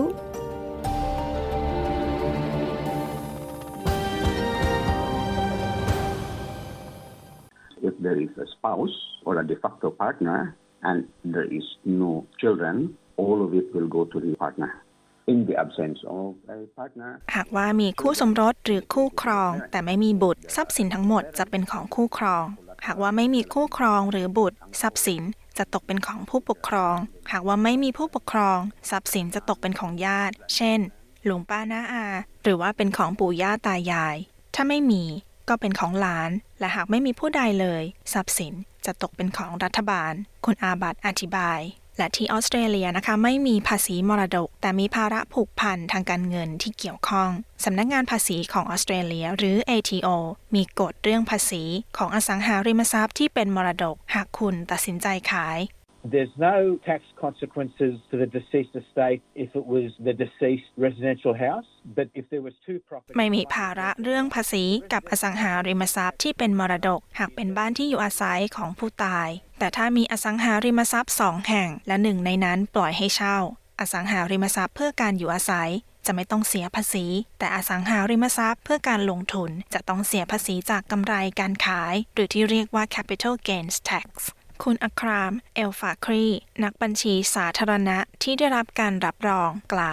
If there is a spouse or a de facto partner and there is no children, all of it will go to the partner. In the absence of a partner, หากว่ามีคู่สมรสหรือคู่ครองแต่ไม่มีบุตรทรัพย์สินทั้งหมดจะเป็นของคู่ครองหากว่าไม่มีคู่ครองหรือบุตรทรัพย์สินจะตกเป็นของผู้ปกครองหากว่าไม่มีผู้ปกครองทรัพย์สินจะตกเป็นของญาติเช่นลุงป้าน้าอาหรือว่าเป็นของปู่ย่าตายายถ้าไม่มีก็เป็นของหลานและหากไม่มีผู้ใดเลยทรัพย์สินจะตกเป็นของรัฐบาลคุณอาบัตอธิบายและที่ออสเตรเลียนะคะไม่มีภาษีมรดกแต่มีภาระผูกพันทางการเงินที่เกี่ยวข้องสำนักงานภาษีของออสเตรเลียหรือ เอ ที โอ มีกฎเรื่องภาษีของอสังหาริมทรัพย์ที่เป็นมรดกหากคุณตัดสินใจขาย There's no tax consequences to the deceased estate if it was the deceased residential house, but if there was two properties ไม่มีภาระเรื่องภาษีกับอสังหาริมทรัพย์ที่เป็นมรดกหากเป็นบ้านที่อยู่อาศัยของผู้ตายแต่ถ้ามีอสังหาริมทรัพย์สองแห่งและหนึ่งในนั้นปล่อยให้เช่าอสังหาริมทรัพย์เพื่อการอยู่อาศัยจะไม่ต้องเสียภาษีแต่อสังหาริมทรัพย์เพื่อการลงทุนจะต้องเสียภาษีจากกำไรการขายหรือที่เรียกว่า capital gains taxคุณอัครามเอลฟาครีนักบัญชีสาธารณะที่ได้รับการรับรองกล่าว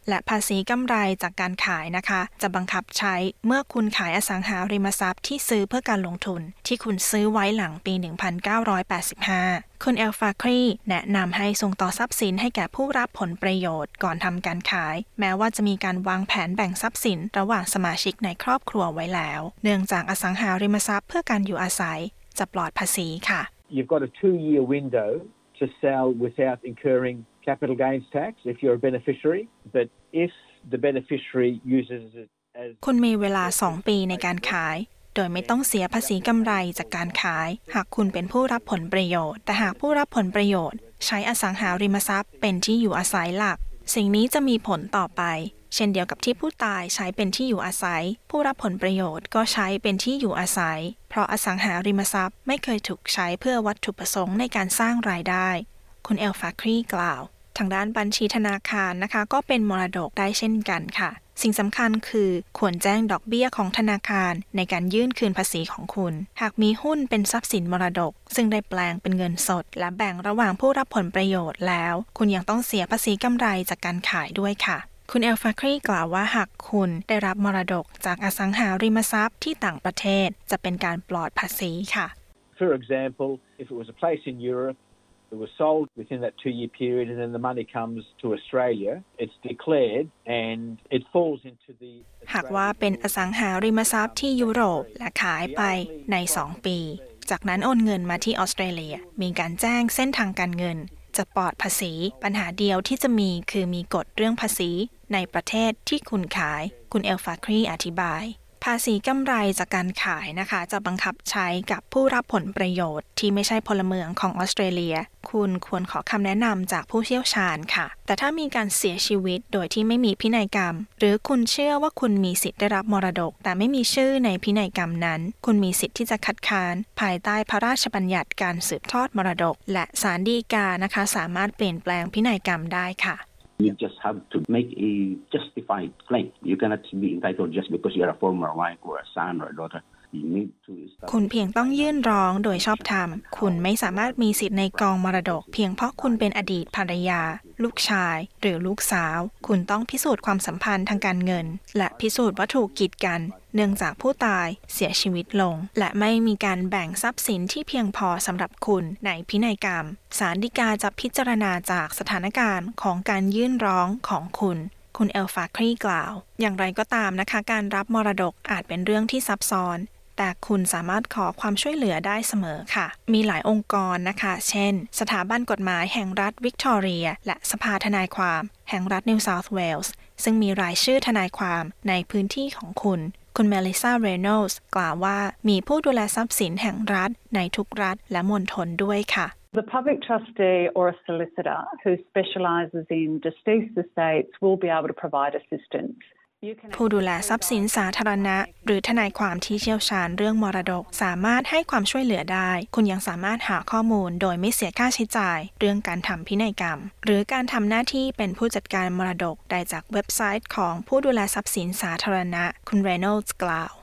และภาษีกำไรจากการขายนะคะจะบังคับใช้เมื่อคุณขายอสังหาริมทรัพย์ที่ซื้อเพื่อการลงทุนที่คุณซื้อไว้หลังปี หนึ่งพันเก้าร้อยแปดสิบห้า คุณเอลฟาครีแนะนำให้ส่งต่อทรัพย์สินให้แก่ผู้รับผลประโยชน์ก่อนทำการขายแม้ว่าจะมีการวางแผนแบ่งทรัพย์สินระหว่างสมาชิกในครอบครัวไว้แล้วเนื่องจากอสังหาริมทรัพย์เพื่อการอยู่อาศัยจะปลอดภาษีค่ะ You've got a two-year window to sell without incurring capital gains tax if you're a beneficiary, but if the beneficiary uses it as คุณมีเวลาสองปีในการขายโดยไม่ต้องเสียภาษีกำไรจากการขายหากคุณเป็นผู้รับผลประโยชน์แต่หากผู้รับผลประโยชน์ใช้อสังหาริมทรัพย์เป็นที่อยู่อาศัยหลักสิ่งนี้จะมีผลต่อไปเช่นเดียวกับที่ผู้ตายใช้เป็นที่อยู่อาศัยผู้รับผลประโยชน์ก็ใช้เป็นที่อยู่อาศัยเพราะอสังหาริมทรัพย์ไม่เคยถูกใช้เพื่อวัตถุประสงค์ในการสร้างรายได้คุณเอลฟาครีกล่าวทางด้านบัญชีธนาคารนะคะก็เป็นมรดกได้เช่นกันค่ะสิ่งสำคัญคือควรแจ้งดอกเบี้ยของธนาคารในการยื่นคืนภาษีของคุณหากมีหุ้นเป็นทรัพย์สินมรดกซึ่งได้แปลงเป็นเงินสดและแบ่งระหว่างผู้รับผลประโยชน์แล้วคุณยังต้องเสียภาษีกำไรจากการขายด้วยค่ะคุณเอลฟาครีกล่าวว่าหากคุณได้รับมรดกจากอสังหาริมทรัพย์ที่ต่างประเทศจะเป็นการปลอดภาษีค่ะ For example, if it was a place in Europe it was sold within that two-year period and then the money comes to Australia, it's declared and it falls into the หากว่าเป็นอสังหาริมทรัพย์ที่ยุโรปและขายไปในสองปีจากนั้นโอนเงินมาที่ออสเตรเลียมีการแจ้งเส้นทางการเงินจะปลอดภาษีปัญหาเดียวที่จะมีคือมีกฎเรื่องภาษีในประเทศที่คุณขายคุณเอลฟาครีอธิบายภาษีกำไรจากการขายนะคะจะบังคับใช้กับผู้รับผลประโยชน์ที่ไม่ใช่พลเมืองของออสเตรเลียคุณควรขอคำแนะนำจากผู้เชี่ยวชาญค่ะแต่ถ้ามีการเสียชีวิตโดยที่ไม่มีพินัยกรรมหรือคุณเชื่อว่าคุณมีสิทธิ์ได้รับมรดกแต่ไม่มีชื่อในพินัยกรรมนั้นคุณมีสิทธิ์ที่จะคัดค้านภายใต้พระราชบัญญัติการสืบทอดมรดกและศาลฎีกานะคะสามารถเปลี่ยนแปลงพินัยกรรมได้ค่ะ You just have to make a justified claim. You cannot be entitled just because you're a former wife or a son or a daughter. You need to คุณเพียงต้องยื่นร้องโดยชอบธรรมคุณไม่สามารถมีสิทธิ์ในกองมรดกเพียงเพราะคุณเป็นอดีตภรรยาลูกชายหรือลูกสาวคุณต้องพิสูจน์ความสัมพันธ์ทางการเงินและพิสูจน์ว่าถูกกีดกันเนื่องจากผู้ตายเสียชีวิตลงและไม่มีการแบ่งทรัพย์สินที่เพียงพอสำหรับคุณในพินัยกรรมศาลฎีกาจะพิจารณาจากสถานการณ์ของการยื่นร้องของคุณคุณเอลฟาครีกล่าวอย่างไรก็ตามนะคะการรับมรดกอาจเป็นเรื่องที่ซับซ้อนแต่คุณสามารถขอความช่วยเหลือได้เสมอค่ะมีหลายองค์กรนะคะเช่นสถาบันกฎหมายแห่งรัฐวิกตอเรียและสภาทนายความแห่งรัฐนิวเซาท์เวลส์ซึ่งมีรายชื่อทนายความในพื้นที่ของคุณคุณเมลิซา เรโนลส์กล่าวว่ามีผู้ดูแลทรัพย์สินแห่งรัฐในทุกรัฐและมณฑลด้วยค่ะ The public trustee or a solicitor who specialises in deceased estates will be able to provide assistance ผู้ดูแลทรัพย์สินสาธารณะหรือทนายความที่เชี่ยวชาญเรื่องมรดกสามารถให้ความช่วยเหลือได้คุณยังสามารถหาข้อมูลโดยไม่เสียค่าใช้จ่ายเรื่องการทำพินัยกรรมหรือการทำหน้าที่เป็นผู้จัดการมรดกได้จากเว็บไซต์ของผู้ดูแลทรัพย์สินสาธารณะคุณเรโนลด์กล่าว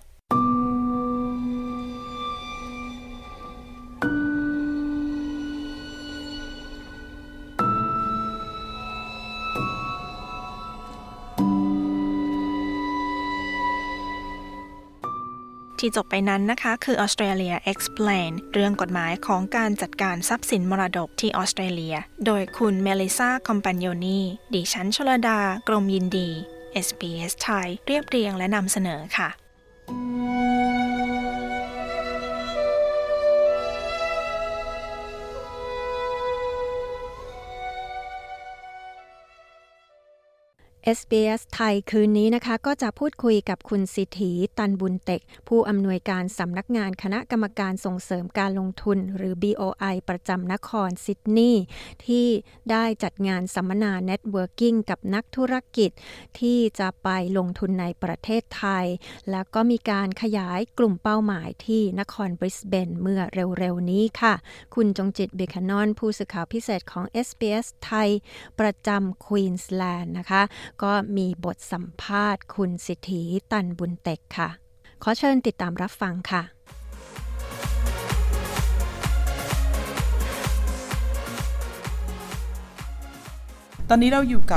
ที่จบไปนั้นนะคะคือ Australia Explain เรื่องกฎหมายของการจัดการทรัพย์สินมรดกที่ออสเตรเลียโดยคุณเมลิซา คอมปาญโยนีดิฉันชลดากรมยินดี เอส บี เอส ไทยเรียบเรียงและนำเสนอค่ะเอส บี เอส ไทยคืนนี้นะคะก็จะพูดคุยกับคุณสิทธีตันบุญเต็กผู้อำนวยการสำนักงานคณะกรรมการส่งเสริมการลงทุนหรือ บี โอ ไอ ประจำนครซิดนีย์ที่ได้จัดงานสัมมนา Networking กับนักธุรกิจที่จะไปลงทุนในประเทศไทยแล้วก็มีการขยายกลุ่มเป้าหมายที่นครบริสเบนเมื่อเร็วๆนี้ค่ะคุณจงจิตเบคานอนผู้สื่อข่าวพิเศษของ เอส บี เอส ไทยประจำควีนส์แลนด์นะคะก็มีบทสัมภาษณ์คุณสิทธีตันบุญเต็กค่ะขอเชิญติดตามรับฟังค่ะตอนนี้เราอยู่กับคุณ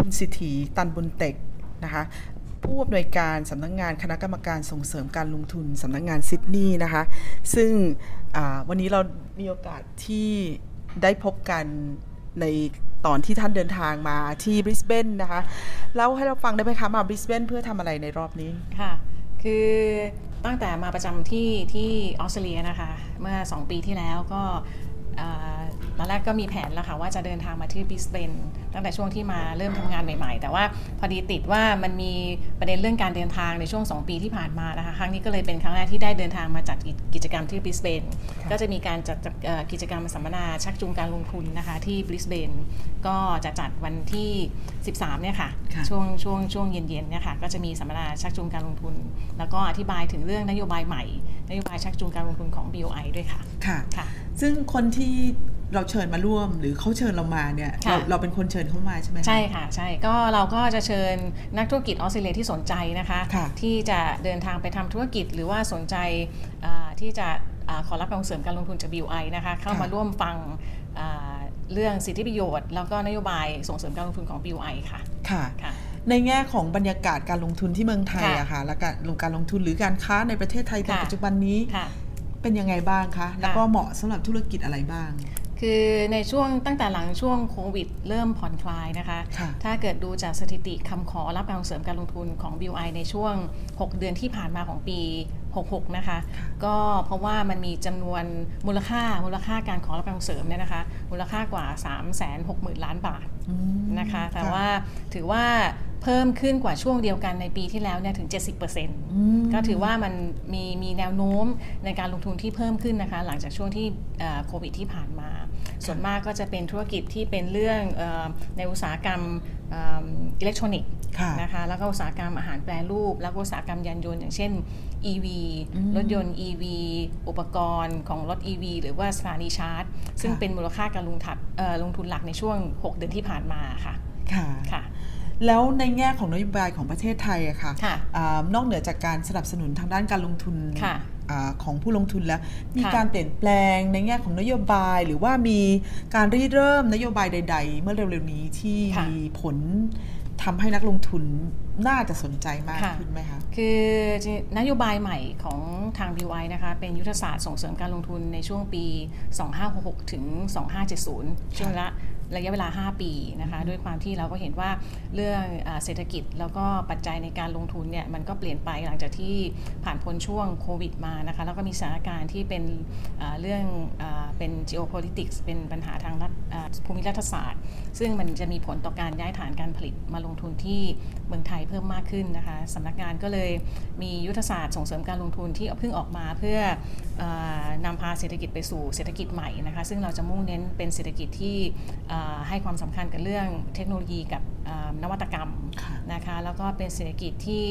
คุณสิทธิตันบุญเต็กนะคะผู้อำนวยการสำนักงานคณะกรรมการส่งเสริมการลงทุนสำนักงานซิดนีย์นะคะซึ่งวันนี้เรามีโอกาสที่ได้พบกันในตอนที่ท่านเดินทางมาที่บริสเบนนะคะเล่าให้เราฟังได้ไหมคะมาบริสเบนเพื่อทำอะไรในรอบนี้ค่ะคือตั้งแต่มาประจำที่ที่ออสเตรเลียนะคะเมื่อสองปีที่แล้วก็ตอนแรกก็มีแผนแล้วค่ะว่าจะเดินทางมาที่บริสเบนตั้งแต่ช่วงที่มาเริ่มทำงานใหม่ๆแต่ว่าพอดีติดว่ามันมีประเด็นเรื่องการเดินทางในช่วงสองปีที่ผ่านมานะคะครั้งนี้ก็เลยเป็นครั้งแรกที่ได้เดินทางมาจัดกิจกรรมที่บริสเบนก็จะมีการจัดกิจกรรมสัมมนาชักจูงการลงทุนนะคะที่บริสเบนก็จะจัดวันที่สิบสามเนี่ยค่ะช่วงช่วงช่วงเย็นๆเนี่ยค่ะก็จะมีสัมมนาชักจูงการลงทุนแล้วก็อธิบายถึงเรื่องนโยบายใหม่นโยบายชักจูงการลงทุนของ บี โอ ไอ ด้วยค่ะค่ะซึ่งคนที่เราเชิญมาร่วมหรือเขาเชิญเรามาเนี่ยเราเราเป็นคนเชิญเขามาใช่ไหมใช่ค่ะใช่ก็เราก็จะเชิญนักธุรกิจออสเตรเลียที่สนใจนะคะที่จะเดินทางไปทำธุรกิจหรือว่าสนใจที่จะขอรับการส่งเสริมการลงทุนจาก บี โอ ไอ นะคะเข้ามาร่วมฟังเรื่องสิทธิประโยชน์แล้วก็นโยบายส่งเสริมการลงทุนของ บี โอ ไอ ค่ะค่ะในแง่ของบรรยากาศการลงทุนที่เมืองไทยอะค่ะและการลงการลงทุนหรือการค้าในประเทศไทยในปัจจุบันนี้เป็นยังไงบ้างคะแล้วก็เหมาะสำหรับธุรกิจอะไรบ้างคือในช่วงตั้งแต่หลังช่วงโควิดเริ่มผ่อนคลายนะคะถ้าเกิดดูจากสถิติคำขอรับการส่งเสริมการลงทุนของ บี โอ ไอ ในช่วงหกเดือนที่ผ่านมาของปีหกสิบหกนะคะก็เพราะว่ามันมีจำนวนมูลค่ามูลค่าการขอรับการส่งเสริมเนี่ยนะคะมูลค่ากว่า สามแสนหกหมื่น ล้านบาทนะคะแต่ว่าถือว่าเพิ่มขึ้นกว่าช่วงเดียวกันในปีที่แล้วเนี่ยถึง เจ็ดสิบเปอร์เซ็นต์ ก็ถือว่ามันมีมีแนวโน้มในการลงทุนที่เพิ่มขึ้นนะคะหลังจากช่วงที่โควิดที่ผ่านมาส่วนมากก็จะเป็นธุรกิจที่เป็นเรื่องในอุตสาหกรรมอิเล็กทรอนิกส์นะคะแล้วก็อุตสาหกรรมอาหารแปรรูปแล้วก็อุตสาหกรรมยานยนต์อย่างเช่น อี วี รถยนต์ อี วี อุปกรณ์ของรถ อี วี หรือว่าสถานีชาร์จซึ่งเป็นมูลค่าการลงทุนลงทุนหลักในช่วงหกเดือนที่ผ่านมาค่ะค่ะแล้วในแง่ของนโยบายของประเทศไทยอะค่ะนอกเหนือจากการสนับสนุนทางด้านการลงทุนของผู้ลงทุนแล้วมีการเปลี่ยนแปลงในแง่ของนโยบายหรือว่ามีการริเริ่มนโยบายใดๆเมื่อเร็วๆนี้ที่มีผลทำให้นักลงทุนน่าจะสนใจมากขึ้นไหมคะคือนโยบายใหม่ของทาง บี โอ ไอ นะคะเป็นยุทธศาสตร์ส่งเสริมการลงทุนในช่วงปีสองพันห้าร้อยหกสิบหกถึงสองพันห้าร้อยเจ็ดสิบช่วงละระยะเวลาห้าปีนะคะด้วยความที่เราก็เห็นว่าเรื่องเศรษฐกิจแล้วก็ปัจจัยในการลงทุนเนี่ยมันก็เปลี่ยนไปหลังจากที่ผ่านพ้นช่วงโควิดมานะคะแล้วก็มีสถานการณ์ที่เป็นเรื่องเป็น geopolitics เป็นปัญหาทางภูมิรัฐศาสตร์ซึ่งมันจะมีผลต่อการย้ายฐานการผลิตมาลงทุนที่เมืองไทยเพิ่มมากขึ้นนะคะสำนักงานก็เลยมียุทธศาสตร์ส่งเสริมการลงทุนที่เพิ่งออกมาเพื่อนำพาเศรษฐกิจไปสู่เศรษฐกิจใหม่นะคะซึ่งเราจะมุ่งเน้นเป็นเศรษฐกิจที่ให้ความสำคัญกับเรื่องเทคโนโลยีกับนวัตกรรมนะคะแล้วก็เป็นเศรษฐกิจที่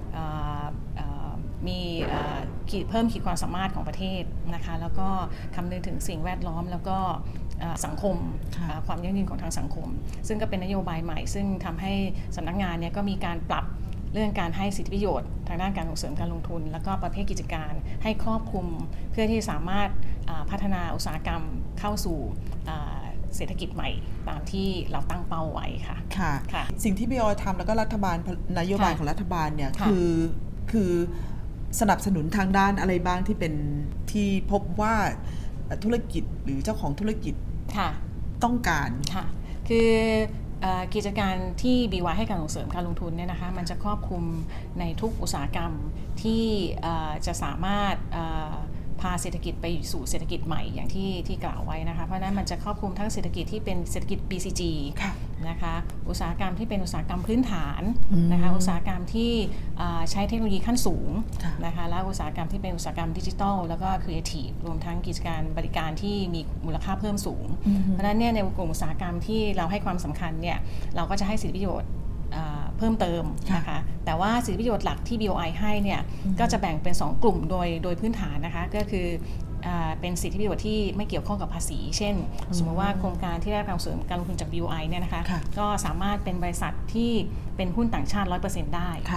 มีเพิ่มขีดความสามารถของประเทศนะคะแล้วก็คำนึงถึงสิ่งแวดล้อมแล้วก็สังคมความยั่งยืนของทางสังคมซึ่งก็เป็นนโยบายใหม่ซึ่งทำให้สำนักงานเนี่ยก็มีการปรับเรื่องการให้สิทธิประโยชน์ทางด้านการส่งเสริมการลงทุนแล้วก็ประเภทกิจการให้ครอบคลุมเพื่อที่สามารถพัฒนาอุตสาหกรรมเข้าสู่เศรษฐกิจใหม่ตามที่เราตั้งเป้าไว้ค่ะค่ะค่ะสิ่งที่ บี โอ ไอ ทำแล้วก็รัฐบาลนโยบายของรัฐบาลเนี่ยคือคือสนับสนุนทางด้านอะไรบ้างที่เป็นที่พบว่าธุรกิจหรือเจ้าของธุรกิจต้องการค่ะคือกิจการที่ บี โอ ไอ ให้การส่งเสริมการลงทุนเนี่ยนะคะมันจะครอบคลุมในทุกอุตสาหกรรมที่จะสามารถพาเศรษฐกิจไปสู่เศรษฐกิจใหม่อย่างที่ที่กล่าวไว้นะคะเพราะนั้นมันจะครอบคลุมทั้งเศรษฐกิจที่เป็นเศรษฐกิจ บี ซี จี นะคะอุตสาหกรรมที่เป็นอุตสาหกรรมพื้นฐานนะคะอุตสาหกรรมที่ใช้เทคโนโลยีขั้นสูงนะคะและอุตสาหกรรมที่เป็นอุตสาหกรรมดิจิทัลแล้วก็ครีเอทีฟรวมทั้งกิจการบริการที่มีมูลค่าเพิ่มสูงเพราะนั้นเนี่ยในกลุ่มอุตสาหกรรมที่เราให้ความสำคัญเนี่ยเราก็จะให้สิทธิประโยชน์เพิ่มเติมนะคะแต่ว่าสิทธิประโยชน์หลักที่ บี โอ ไอ ให้เนี่ยก็จะแบ่งเป็นสองกลุ่มโดยโดยพื้นฐานนะคะก็คือเป็นสิทธิประโยชน์ที่ไม่เกี่ยวข้องกับภาษีเช่นสมมติว่าโครงการที่ได้รับการส่งเสริมการลงทุนจาก บี โอ ไอ เนี่ยนะคะก็สามารถเป็นบริษัทที่เป็นหุ้นต่างชาติ ร้อยเปอร์เซ็นต์ ได้นะ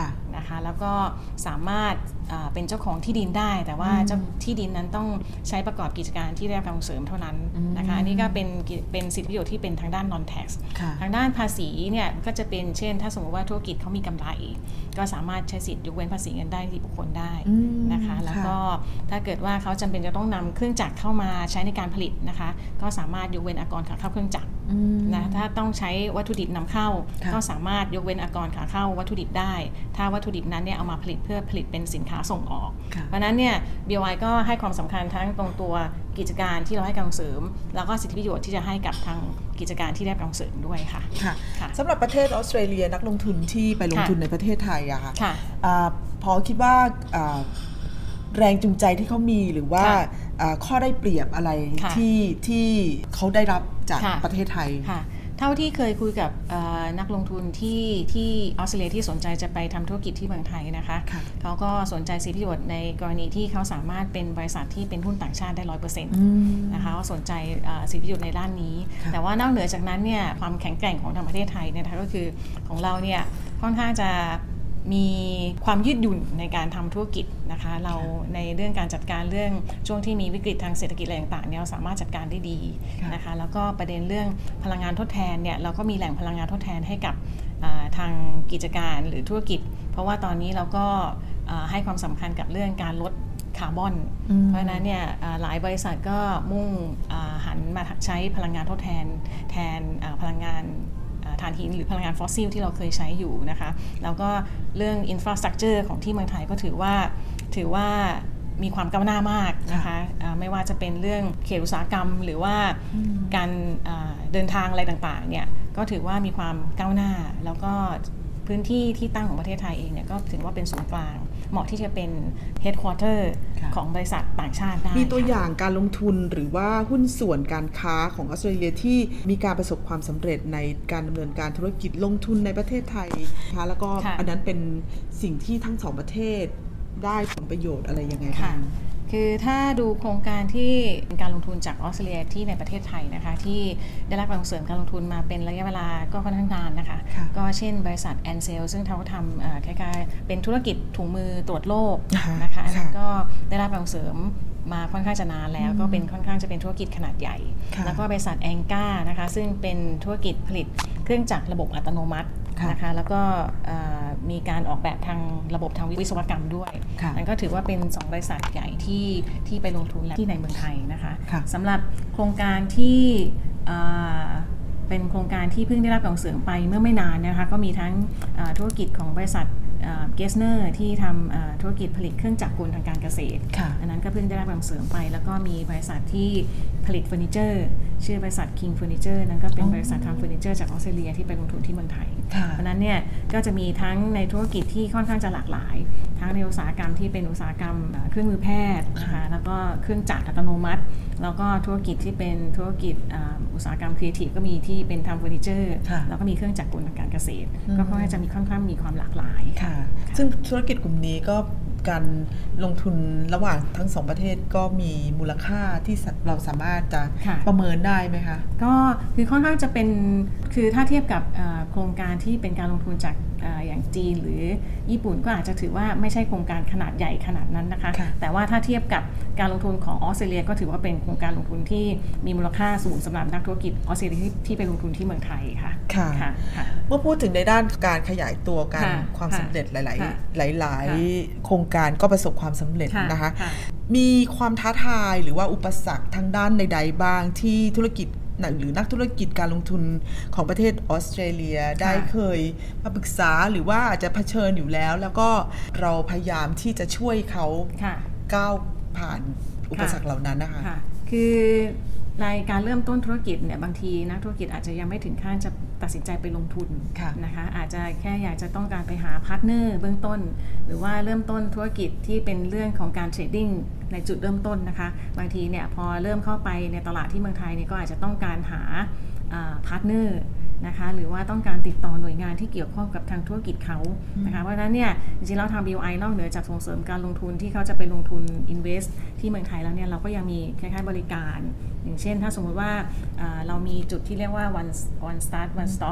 นะคะแล้วก็สามารถเป็นเจ้าของที่ดินได้แต่ว่าเจ้าที่ดินนั้นต้องใช้ประกอบกิจการที่ได้รับการส่งเสริมเท่านั้นนะคะอันนี้ก็เป็นเป็นสิทธิประโยชน์ที่เป็นทางด้าน non tax ทางด้านภาษีเนี่ยก็จะเป็นเช่นถ้าสมมติว่าธุรกิจเขามีกำไรก็สามารถใช้สิทธิยกเว้นภาษีเงินได้ที่บุคคลได้นะคะแล้วก็ถ้าเกิดว่าเขาจำเป็นจะต้องนำเครื่องจักรเข้ามาใช้ในการผลิตนะคะก็สามารถยกเว้นอากรขาเข้าเครื่องจักรนะถ้าต้องใช้วัตถุดิบนำเข้าก็สามารถยกเว้นอากรขาเข้าวัตถุดิบได้ถ้าวัตถุดิบนั้นเนี่ยเอามาผลิตเพื่อผลิตเป็นสินค้าส่งออกเพราะนั้นเนี่ย บี โอ ไอ ก็ให้ความสำคัญทั้งตรงตัวกิจการที่เราให้การส่งเสริมแล้วก็สิทธิประโยชน์ที่จะให้กับทางกิจการที่ได้รับการส่งเสริมด้วยค่ะสำหรับประเทศออสเตรเลียนักลงทุนที่ไปลงทุนในประเทศไทยอะค่ะพอคิดว่าแรงจูงใจที่เขามีหรือว่าข้อได้เปรียบอะไรที่ที่เขาได้รับจากประเทศไทยเท่าที่เคยคุยกับนักลงทุนที่ที่ออสเตรเลียที่สนใจจะไปทำธุรกิจที่เมืองไทยนะคะเขาก็สนใจสิทธิประโยชน์ในกรณีที่เขาสามารถเป็นบริษัทที่เป็นหุ้นต่างชาติได้ ร้อยเปอร์เซ็นต์ นะคะเขาสนใจสิทธิประโยชน์ในด้านนี้แต่ว่านอกเหนือจากนั้นเนี่ยความแข็งแกร่งของทางประเทศไทยเนี่ยก็คือของเราเนี่ยค่อนข้างจะมีความยืดหยุ่นในการทำธุรกิจนะคะเราในเรื่องการจัดการเรื่องช่วงที่มีวิกฤตทางเศรษฐกิจอะไรต่างๆเนี่ยเราสามารถจัดการได้ดีนะคะแล้วก็ประเด็นเรื่องพลังงานทดแทนเนี่ยเราก็มีแหล่งพลังงานทดแทนให้กับทางกิจการหรือธุรกิจเพราะว่าตอนนี้เราก็ให้ความสำคัญกับเรื่องการลดคาร์บอนเพราะฉะนั้นเนี่ยหลายบริษัทก็มุ่งหันมาใช้พลังงานทดแทนแทนพลังงานถ่านหินหรือพลังงานฟอสซิลที่เราเคยใช้อยู่นะคะแล้วก็เรื่องอินฟราสตรัคเจอร์ของที่เมืองไทยก็ถือว่าถือว่ามีความก้าวหน้ามากนะคะไม่ว่าจะเป็นเรื่องเขตอุตสาหกรรมหรือว่าการเดินทางอะไรต่างๆเนี่ยก็ถือว่ามีความก้าวหน้าแล้วก็พื้นที่ที่ตั้งของประเทศไทยเองเนี่ยก็ถือว่าเป็นศูนย์กลางเหมาะที่จะเป็น headquarter ของบริษัทต่างชาติได้มีตัวอย่างการลงทุนหรือว่าหุ้นส่วนการค้าของออสเตรเลียที่มีการประสบความสำเร็จในการดำเนินการธุรกิจลงทุนในประเทศไทยนะคะแล้วก็อันนั้นเป็นสิ่งที่ทั้งสองประเทศได้ผลประโยชน์อะไรยังไงบ้างคือถ้าดูโครงการที่เป็นการลงทุนจากออสเตรเลียที่ในประเทศไทยนะคะที่ได้รับการส่งเสริมการลงทุนมาเป็นระยะเวลาก็ค่อนข้างนานนะคะก็เช่นบริษัทแอนเซลซึ่งเขาทำคล้ายๆเป็นธุรกิจถุงมือตรวจโรคนะคะอันนั้นก็ได้รับการส่งเสริมมาค่อนข้างจะนานแล้วก็เป็นค่อนข้างจะเป็นธุรกิจขนาดใหญ่แล้วก็บริษัทแองก้านะคะซึ่งเป็นธุรกิจผลิตเครื่องจักรระบบอัตโนมัตินะคะแล้วก็มีการออกแบบทางระบบทางวิศวกรรมด้วยนั่นก็ถือว่าเป็นสองบริษัทใหญ่ที่ที่ไปลงทุนและที่ในเมืองไทยนะคะสำหรับโครงการที่เป็นโครงการที่เพิ่งได้รับการส่งเสริมไปเมื่อไม่นานนะคะก็มีทั้งธุรกิจของบริษัทเกสเนอร์ที่ทำธุรกิจผลิตเครื่องจักรกลทางการเกษตรอันนั้นก็เพิ่งได้รับการส่งเสริมไปแล้วก็มีบริษัทที่ผลิตเฟอร์นิเจอร์ชื่อบริษัท King Furniture นั้นก็เป็นบริษัททำเฟอร์นิเจอร์จากออสเตรเลียที่ไปลงทุนที่เมืองไทยเพราะนั้นเนี่ยก็จะมีทั้งในธุรกิจที่ค่อนข้างจะหลากหลายทั้งในอุตสาหกรรมที่เป็นอุตสาหกรรมเครื่องมือแพทย์นะคะแล้วก็เครื่องจักรอัตโนมัติแล้วก็ธุรกิจที่เป็นธุรกิจอุตสาหกรรมครีเอทีฟก็มีที่เป็นทำเฟอร์นิเจอร์แล้วก็มีเครื่องจักรกลทางการเกษตรก็ค่อนข้างจะมีค่อนข้างมีความหลากหลายซึ่งธุรกิจกลุ่มนี้ก็การลงทุนระหว่างทั้งสองประเทศก็มีมูลค่าที่เราสามารถจะประเมินได้ไหมคะก็คือค่อนข้างจะเป็นคือถ้าเทียบกับโครงการที่เป็นการลงทุนจากอย่างจีนหรือญี่ปุ่นก็อาจจะถือว่าไม่ใช่โครงการขนาดใหญ่ขนาดนั้นนะคะแต่ว่าถ้าเทียบกับการลงทุนของออสเตรเลียก็ถือว่าเป็นโครงการลงทุนที่มีมูลค่าสูงสำหรับนักธุรกิจออสเตรเลียที่ไปลงทุนที่เมืองไทยค่ะค่ะเมื่อพูดถึงในด้านการขยายตัวการความสำเร็จหลายๆหลายๆโครงการก็ประสบความสำเร็จนะคะมีความท้าทายหรือว่าอุปสรรคทางด้านใดๆบ้างที่ธุรกิจหรือนักธุรกิจการลงทุนของประเทศออสเตรเลียได้เคยมาปรึกษาหรือว่าอาจจะเผชิญอยู่แล้วแล้วก็เราพยายามที่จะช่วยเขาก้าวผ่านอุปสรรคเหล่านั้นนะคะคือในการเริ่มต้นธุรกิจเนี่ยบางทีนักธุรกิจอาจจะยังไม่ถึงขั้นจะตัดสินใจไปลงทุนนะคะอาจจะแค่อยากจะต้องการไปหาพาร์ทเนอร์เบื้องต้นหรือว่าเริ่มต้นธุรกิจที่เป็นเรื่องของการเทรดดิ้งในจุดเริ่มต้นนะคะบางทีเนี่ยพอเริ่มเข้าไปในตลาดที่เมืองไทยเนี่ยก็อาจจะต้องการหาพาร์ทเนอร์นะคะหรือว่าต้องการติดต่อหน่วยงานที่เกี่ยวข้องกับทางธุรกิจเขานะคะเพราะฉะนั้นเนี่ยจริงๆแล้วทาง บี โอ ไอ นอกเหนือจากส่งเสริมการลงทุนที่เขาจะไปลงทุน invest ที่เมืองไทยแล้วเนี่ยเราก็ยังมีคล้ายๆบริการอย่างเช่นถ้าสมมติว่าเรามีจุดที่เรียกว่า one one start one stop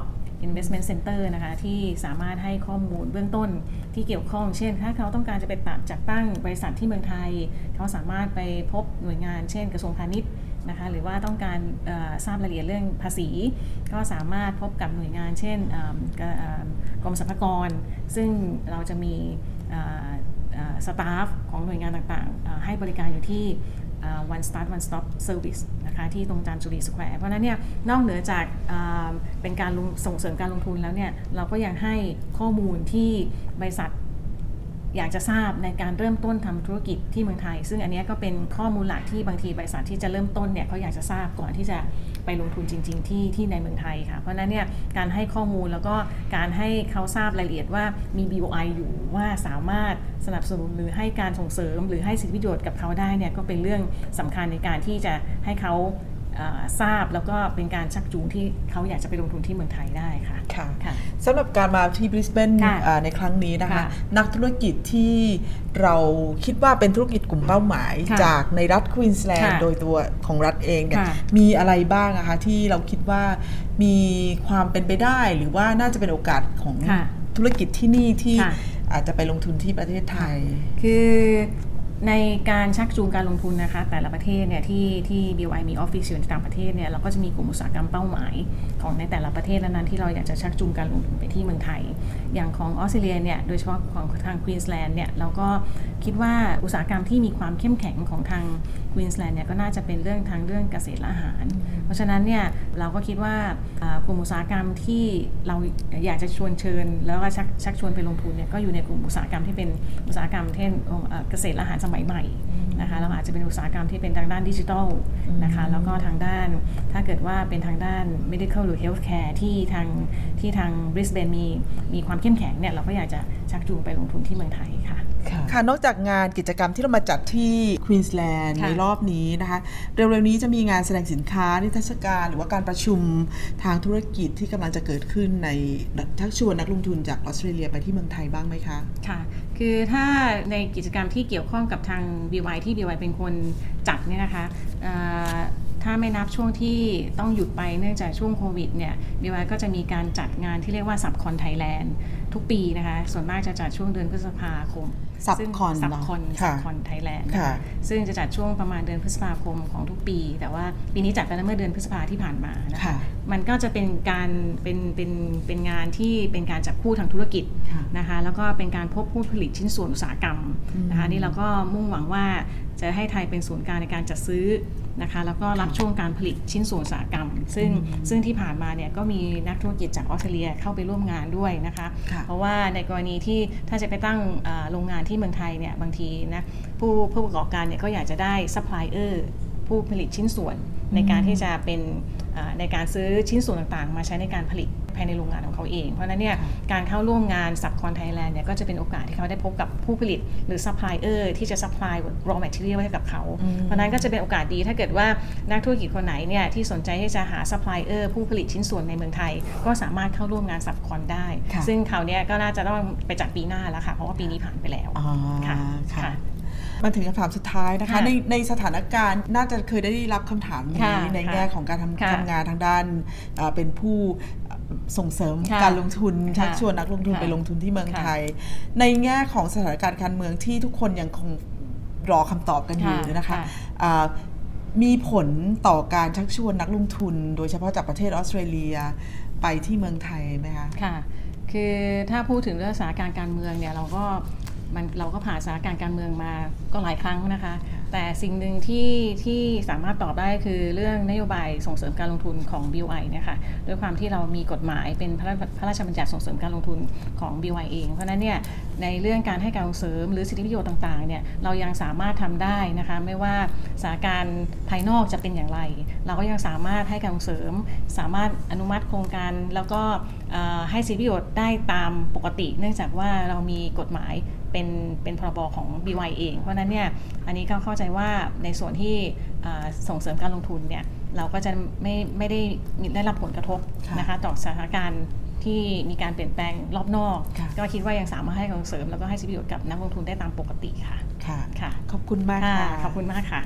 investment center นะคะที่สามารถให้ข้อมูลเบื้องต้นที่เกี่ยวข้องเช่นถ้าเขาต้องการจะไปจัดตั้งบริษัทที่เมืองไทยเขาสามารถไปพบหน่วยงานเช่นกระทรวงพาณิชย์นะคะหรือว่าต้องการทราบรายละเอียดเรื่องภาษีก็สามารถพบกับหน่วยงานเช่นกรมสรรพากรซึ่งเราจะมีสตาฟของหน่วยงานต่างๆให้บริการอยู่ที่ one start one stop service นะคะที่ตรงจามจุรีสแควร์เพราะนั้นเนี่ยนอกเหนือจากเป็นการส่งเสริมการลงทุนแล้วเนี่ยเราก็ยังให้ข้อมูลที่บริษัทอยากจะทราบในการเริ่มต้นทำธุรกิจที่เมืองไทยซึ่งอันนี้ก็เป็นข้อมูลหลักที่บางทีบริษัทที่จะเริ่มต้นเนี่ยเขาอยากจะทราบก่อนที่จะไปลงทุนจริงๆที่ที่ในเมืองไทยค่ะเพราะนั้นเนี่ยการให้ข้อมูลแล้วก็การให้เขาทราบรายละเอียดว่ามี บี โอ ไอ อยู่ว่าสามารถสนับสนุนหรือให้การส่งเสริมหรือให้สิทธิประโยชน์กับเขาได้เนี่ยก็เป็นเรื่องสำคัญในการที่จะให้เขาทราบแล้วก็เป็นการชักจูงที่เขาอยากจะไปลงทุนที่เมืองไทยได้ค่ะค่ะสำหรับการมาที่บริสเบนในครั้งนี้นะคะนักธุรกิจที่เราคิดว่าเป็นธุรกิจกลุ่มเป้าหมายจากในรัฐควีนสแลนด์โดยตัวของรัฐเองเนี่ยมีอะไรบ้างนะคะที่เราคิดว่ามีความเป็นไปได้หรือว่าน่าจะเป็นโอกาสของธุรกิจที่นี่ที่อาจจะไปลงทุนที่ประเทศไทยคือในการชักจูงการลงทุนนะคะแต่ละประเทศเนี่ยที่ที่ บี โอ ไอ มีออฟฟิศอยู่ในต่างประเทศเนี่ยเราก็จะมีกลุ่มอุตสาหกรรมเป้าหมายของในแต่ละประเทศนั้นๆที่เราอยากจะชักจูงการลงทุนไปที่เมืองไทยอย่างของออสเตรเลียเนี่ยโดยเฉพาะของทางควีนสแลนด์เนี่ยเราก็คิดว่าอุตสาหกรรมที่มีความเข้มแข็งของทางควีนสแลนด์เนี่ยก็น่าจะเป็นเรื่องทางเรื่องเกษตรและอาหารเพราะฉะนั้นเนี่ยเราก็คิดว่ากลุ่มอุตสาหกรรมที่เราอยากจะชวนเชิญแล้วก็ชักชักชวนไปลงทุนเนี่ยก็อยู่ในกลุ่มอุตสาหกรรมที่เป็นอุตสาหกรรมเช่นเกษตรและอาหารสมัยใหม่นะคะเราอาจจะเป็นอุตสาหกรรมที่เป็นทางด้านดิจิทัลนะคะแล้วก็ทางด้านถ้าเกิดว่าเป็นทางด้าน medical หรือ healthcare ที่ทางที่ทาง Brisbane มีมีความเข้มแข็งเนี่ยเราก็อยากจะชักจูงไปลงทุนที่เมืองไทยค่ะค่ะนอกจากงานกิจกรรมที่เรามาจัดที่ควีนสแลนด์ในรอบนี้นะคะเร็วๆนี้จะมีงานแสดงสินค้านิทรรศการหรือว่าการประชุมทางธุรกิจที่กำลังจะเกิดขึ้นในชักชวนนักลงทุนจากออสเตรเลียไปที่เมืองไทยบ้างไหมคะค่ะคือถ้าในกิจกรรมที่เกี่ยวข้องกับทาง บี วาย ที่ บี วาย เป็นคนจัดเนี่ยนะคะถ้าไม่นับช่วงที่ต้องหยุดไปเนื่องจากช่วงโควิดเนี่ย บี วาย ก็จะมีการจัดงานที่เรียกว่าซับคอนไทยแลนด์ทุกปีนะคะส่วนมากจะจัดช่วงเดือนพฤษภาคมซับคอนซับคอนซับคอนไทยแลนด์ซึ่งจะจัดช่วงประมาณเดือนพฤษภาคมของทุกปีแต่ว่าปีนี้จัดไปเมื่อเดือนพฤษภาที่ผ่านมานะคะมันก็จะเป็นการเป็นเป็นเป็นงานที่เป็นการจับคู่ทางธุรกิจนะคะแล้วก็เป็นการพบผู้ผลิตชิ้นส่วนอุตสาหกรรมนะคะนี่เราก็มุ่งหวังว่าจะให้ไทยเป็นศูนย์กลางในการจัดซื้อนะคะแล้วก็รับช่วงการผลิตชิ้นส่วนอุตสาหกรรมซึ่งซึ่งที่ผ่านมาเนี่ยก็มีนักธุรกิจจากออสเตรเลียเข้าไปร่วมงานด้วยนะคะเพราะว่าในกรณีที่ถ้าจะไปตั้งโรงงานที่เมืองไทยเนี่ยบางทีนะผู้ผู้ประกอบการเนี่ยก็อยากจะได้ซัพพลายเออร์ผู้ผลิตชิ้นส่วนในการที่จะเป็นในการซื้อชิ้นส่วนต่างๆมาใช้ในการผลิตภายในโรงงานของเขาเองเพราะนั้นเนี่ยการเข้าร่วมงานซับคอนไทยแลนด์เนี่ยก็จะเป็นโอกาสที่เขาได้พบกับผู้ผลิตหรือซัพพลายเออร์ที่จะซัพพลาย raw material ให้กับเขาเพราะนั้นก็จะเป็นโอกาสดีถ้าเกิดว่านักธุรกิจคนไหนเนี่ยที่สนใจที่จะหาซัพพลายเออร์ผู้ผลิตชิ้นส่วนในเมืองไทยก็สามารถเข้าร่วมงานซับคอนได้ซึ่งเขาเนี่ยก็น่าจะต้องไปจัดปีหน้าแล้วค่ะเพราะว่าปีนี้ผ่านไปแล้วค่ะค่ะมาถึงคำถามสุดท้ายนะคะในในสถานการณ์น่าจะเคยได้รับคำถามนี้ในแง่ของการทำทำงานทางด้านเป็นผู้ส่งเสริมการลงทุนชักชวนนักลงทุนไปลงทุนที่เมืองไทยในแง่ของสถานการณ์การเมืองที่ทุกคนยังคงรอคำตอบกันอยู่นะคะมีผลต่อการชักชวนนักลงทุนโดยเฉพาะจากประเทศออสเตรเลียไปที่เมืองไทยไหมคะค่ะคือถ้าพูดถึงเรื่องสถานการณ์การเมืองเนี่ยเราก็มันเราก็ผ่านสถานการณ์การเมืองมาก็หลายครั้งนะคะแต่สิ่งหนึ่งที่ที่สามารถตอบได้คือเรื่องนโยบายส่งเสริมการลงทุนของ บี โอ ไอ เนี่ยค่ะด้วยความที่เรามีกฎหมายเป็นพระราชบัญญัติส่งเสริมการลงทุนของ บี โอ ไอ เองเพราะนั้นเนี่ยในเรื่องการให้การส่งเสริมหรือสิทธิประโยชน์ต่างๆเนี่ยเรายังสามารถทำได้นะคะไม่ว่าสถานการณ์ภายนอกจะเป็นอย่างไรเราก็ยังสามารถให้การส่งเสริมสามารถอนุมัติโครงการแล้วก็ให้สิทธิประโยชน์ได้ตามปกติเนื่องจากว่าเรามีกฎหมายเป็นเป็นพรบของ บี วาย เองเพราะนั้นเนี่ยอันนี้ก็เข้าใจว่าในส่วนที่ส่งเสริมการลงทุนเนี่ยเราก็จะไม่ไม่ได้ได้รับผลกระทบนะคะต่อสถานการณ์ที่มีการเปลี่ยนแปลงรอบนอกก็คิดว่ายังสามารถให้การส่งเสริมแล้วก็ให้สิทธิประโยชน์กับนักลงทุนได้ตามปกติค่ะค่ะค่ะขอบคุณมากค่ะขอบคุณมากค่ะ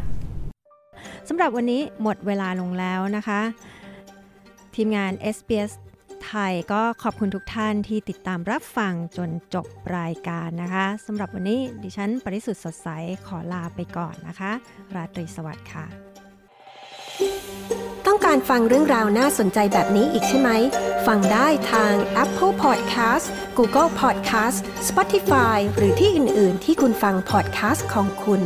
สำหรับวันนี้หมดเวลาลงแล้วนะคะทีมงาน เอส บี เอสไทยก็ขอบคุณทุกท่านที่ติดตามรับฟังจนจบรายการนะคะสำหรับวันนี้ดิฉันปริสุทธิ์สดใสขอลาไปก่อนนะคะราตรีสวัสดิ์ค่ะต้องการฟังเรื่องราวน่าสนใจแบบนี้อีกใช่ไหมฟังได้ทาง Apple Podcast Google Podcast Spotify หรือที่อื่นๆที่คุณฟัง podcast ของคุณ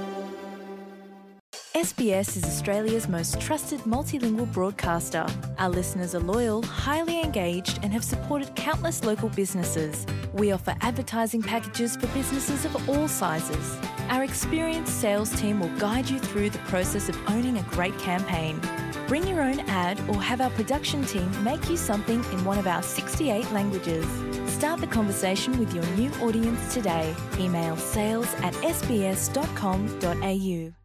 เอส บี เอส is Australia's most trusted multilingual broadcaster. Our listeners are loyal, highly engaged, and have supported countless local businesses. We offer advertising packages for businesses of all sizes. Our experienced sales team will guide you through the process of owning a great campaign. Bring your own ad or have our production team make you something in one of our sixty-eight languages. Start the conversation with your new audience today. Email sales at s b s dot com dot a u.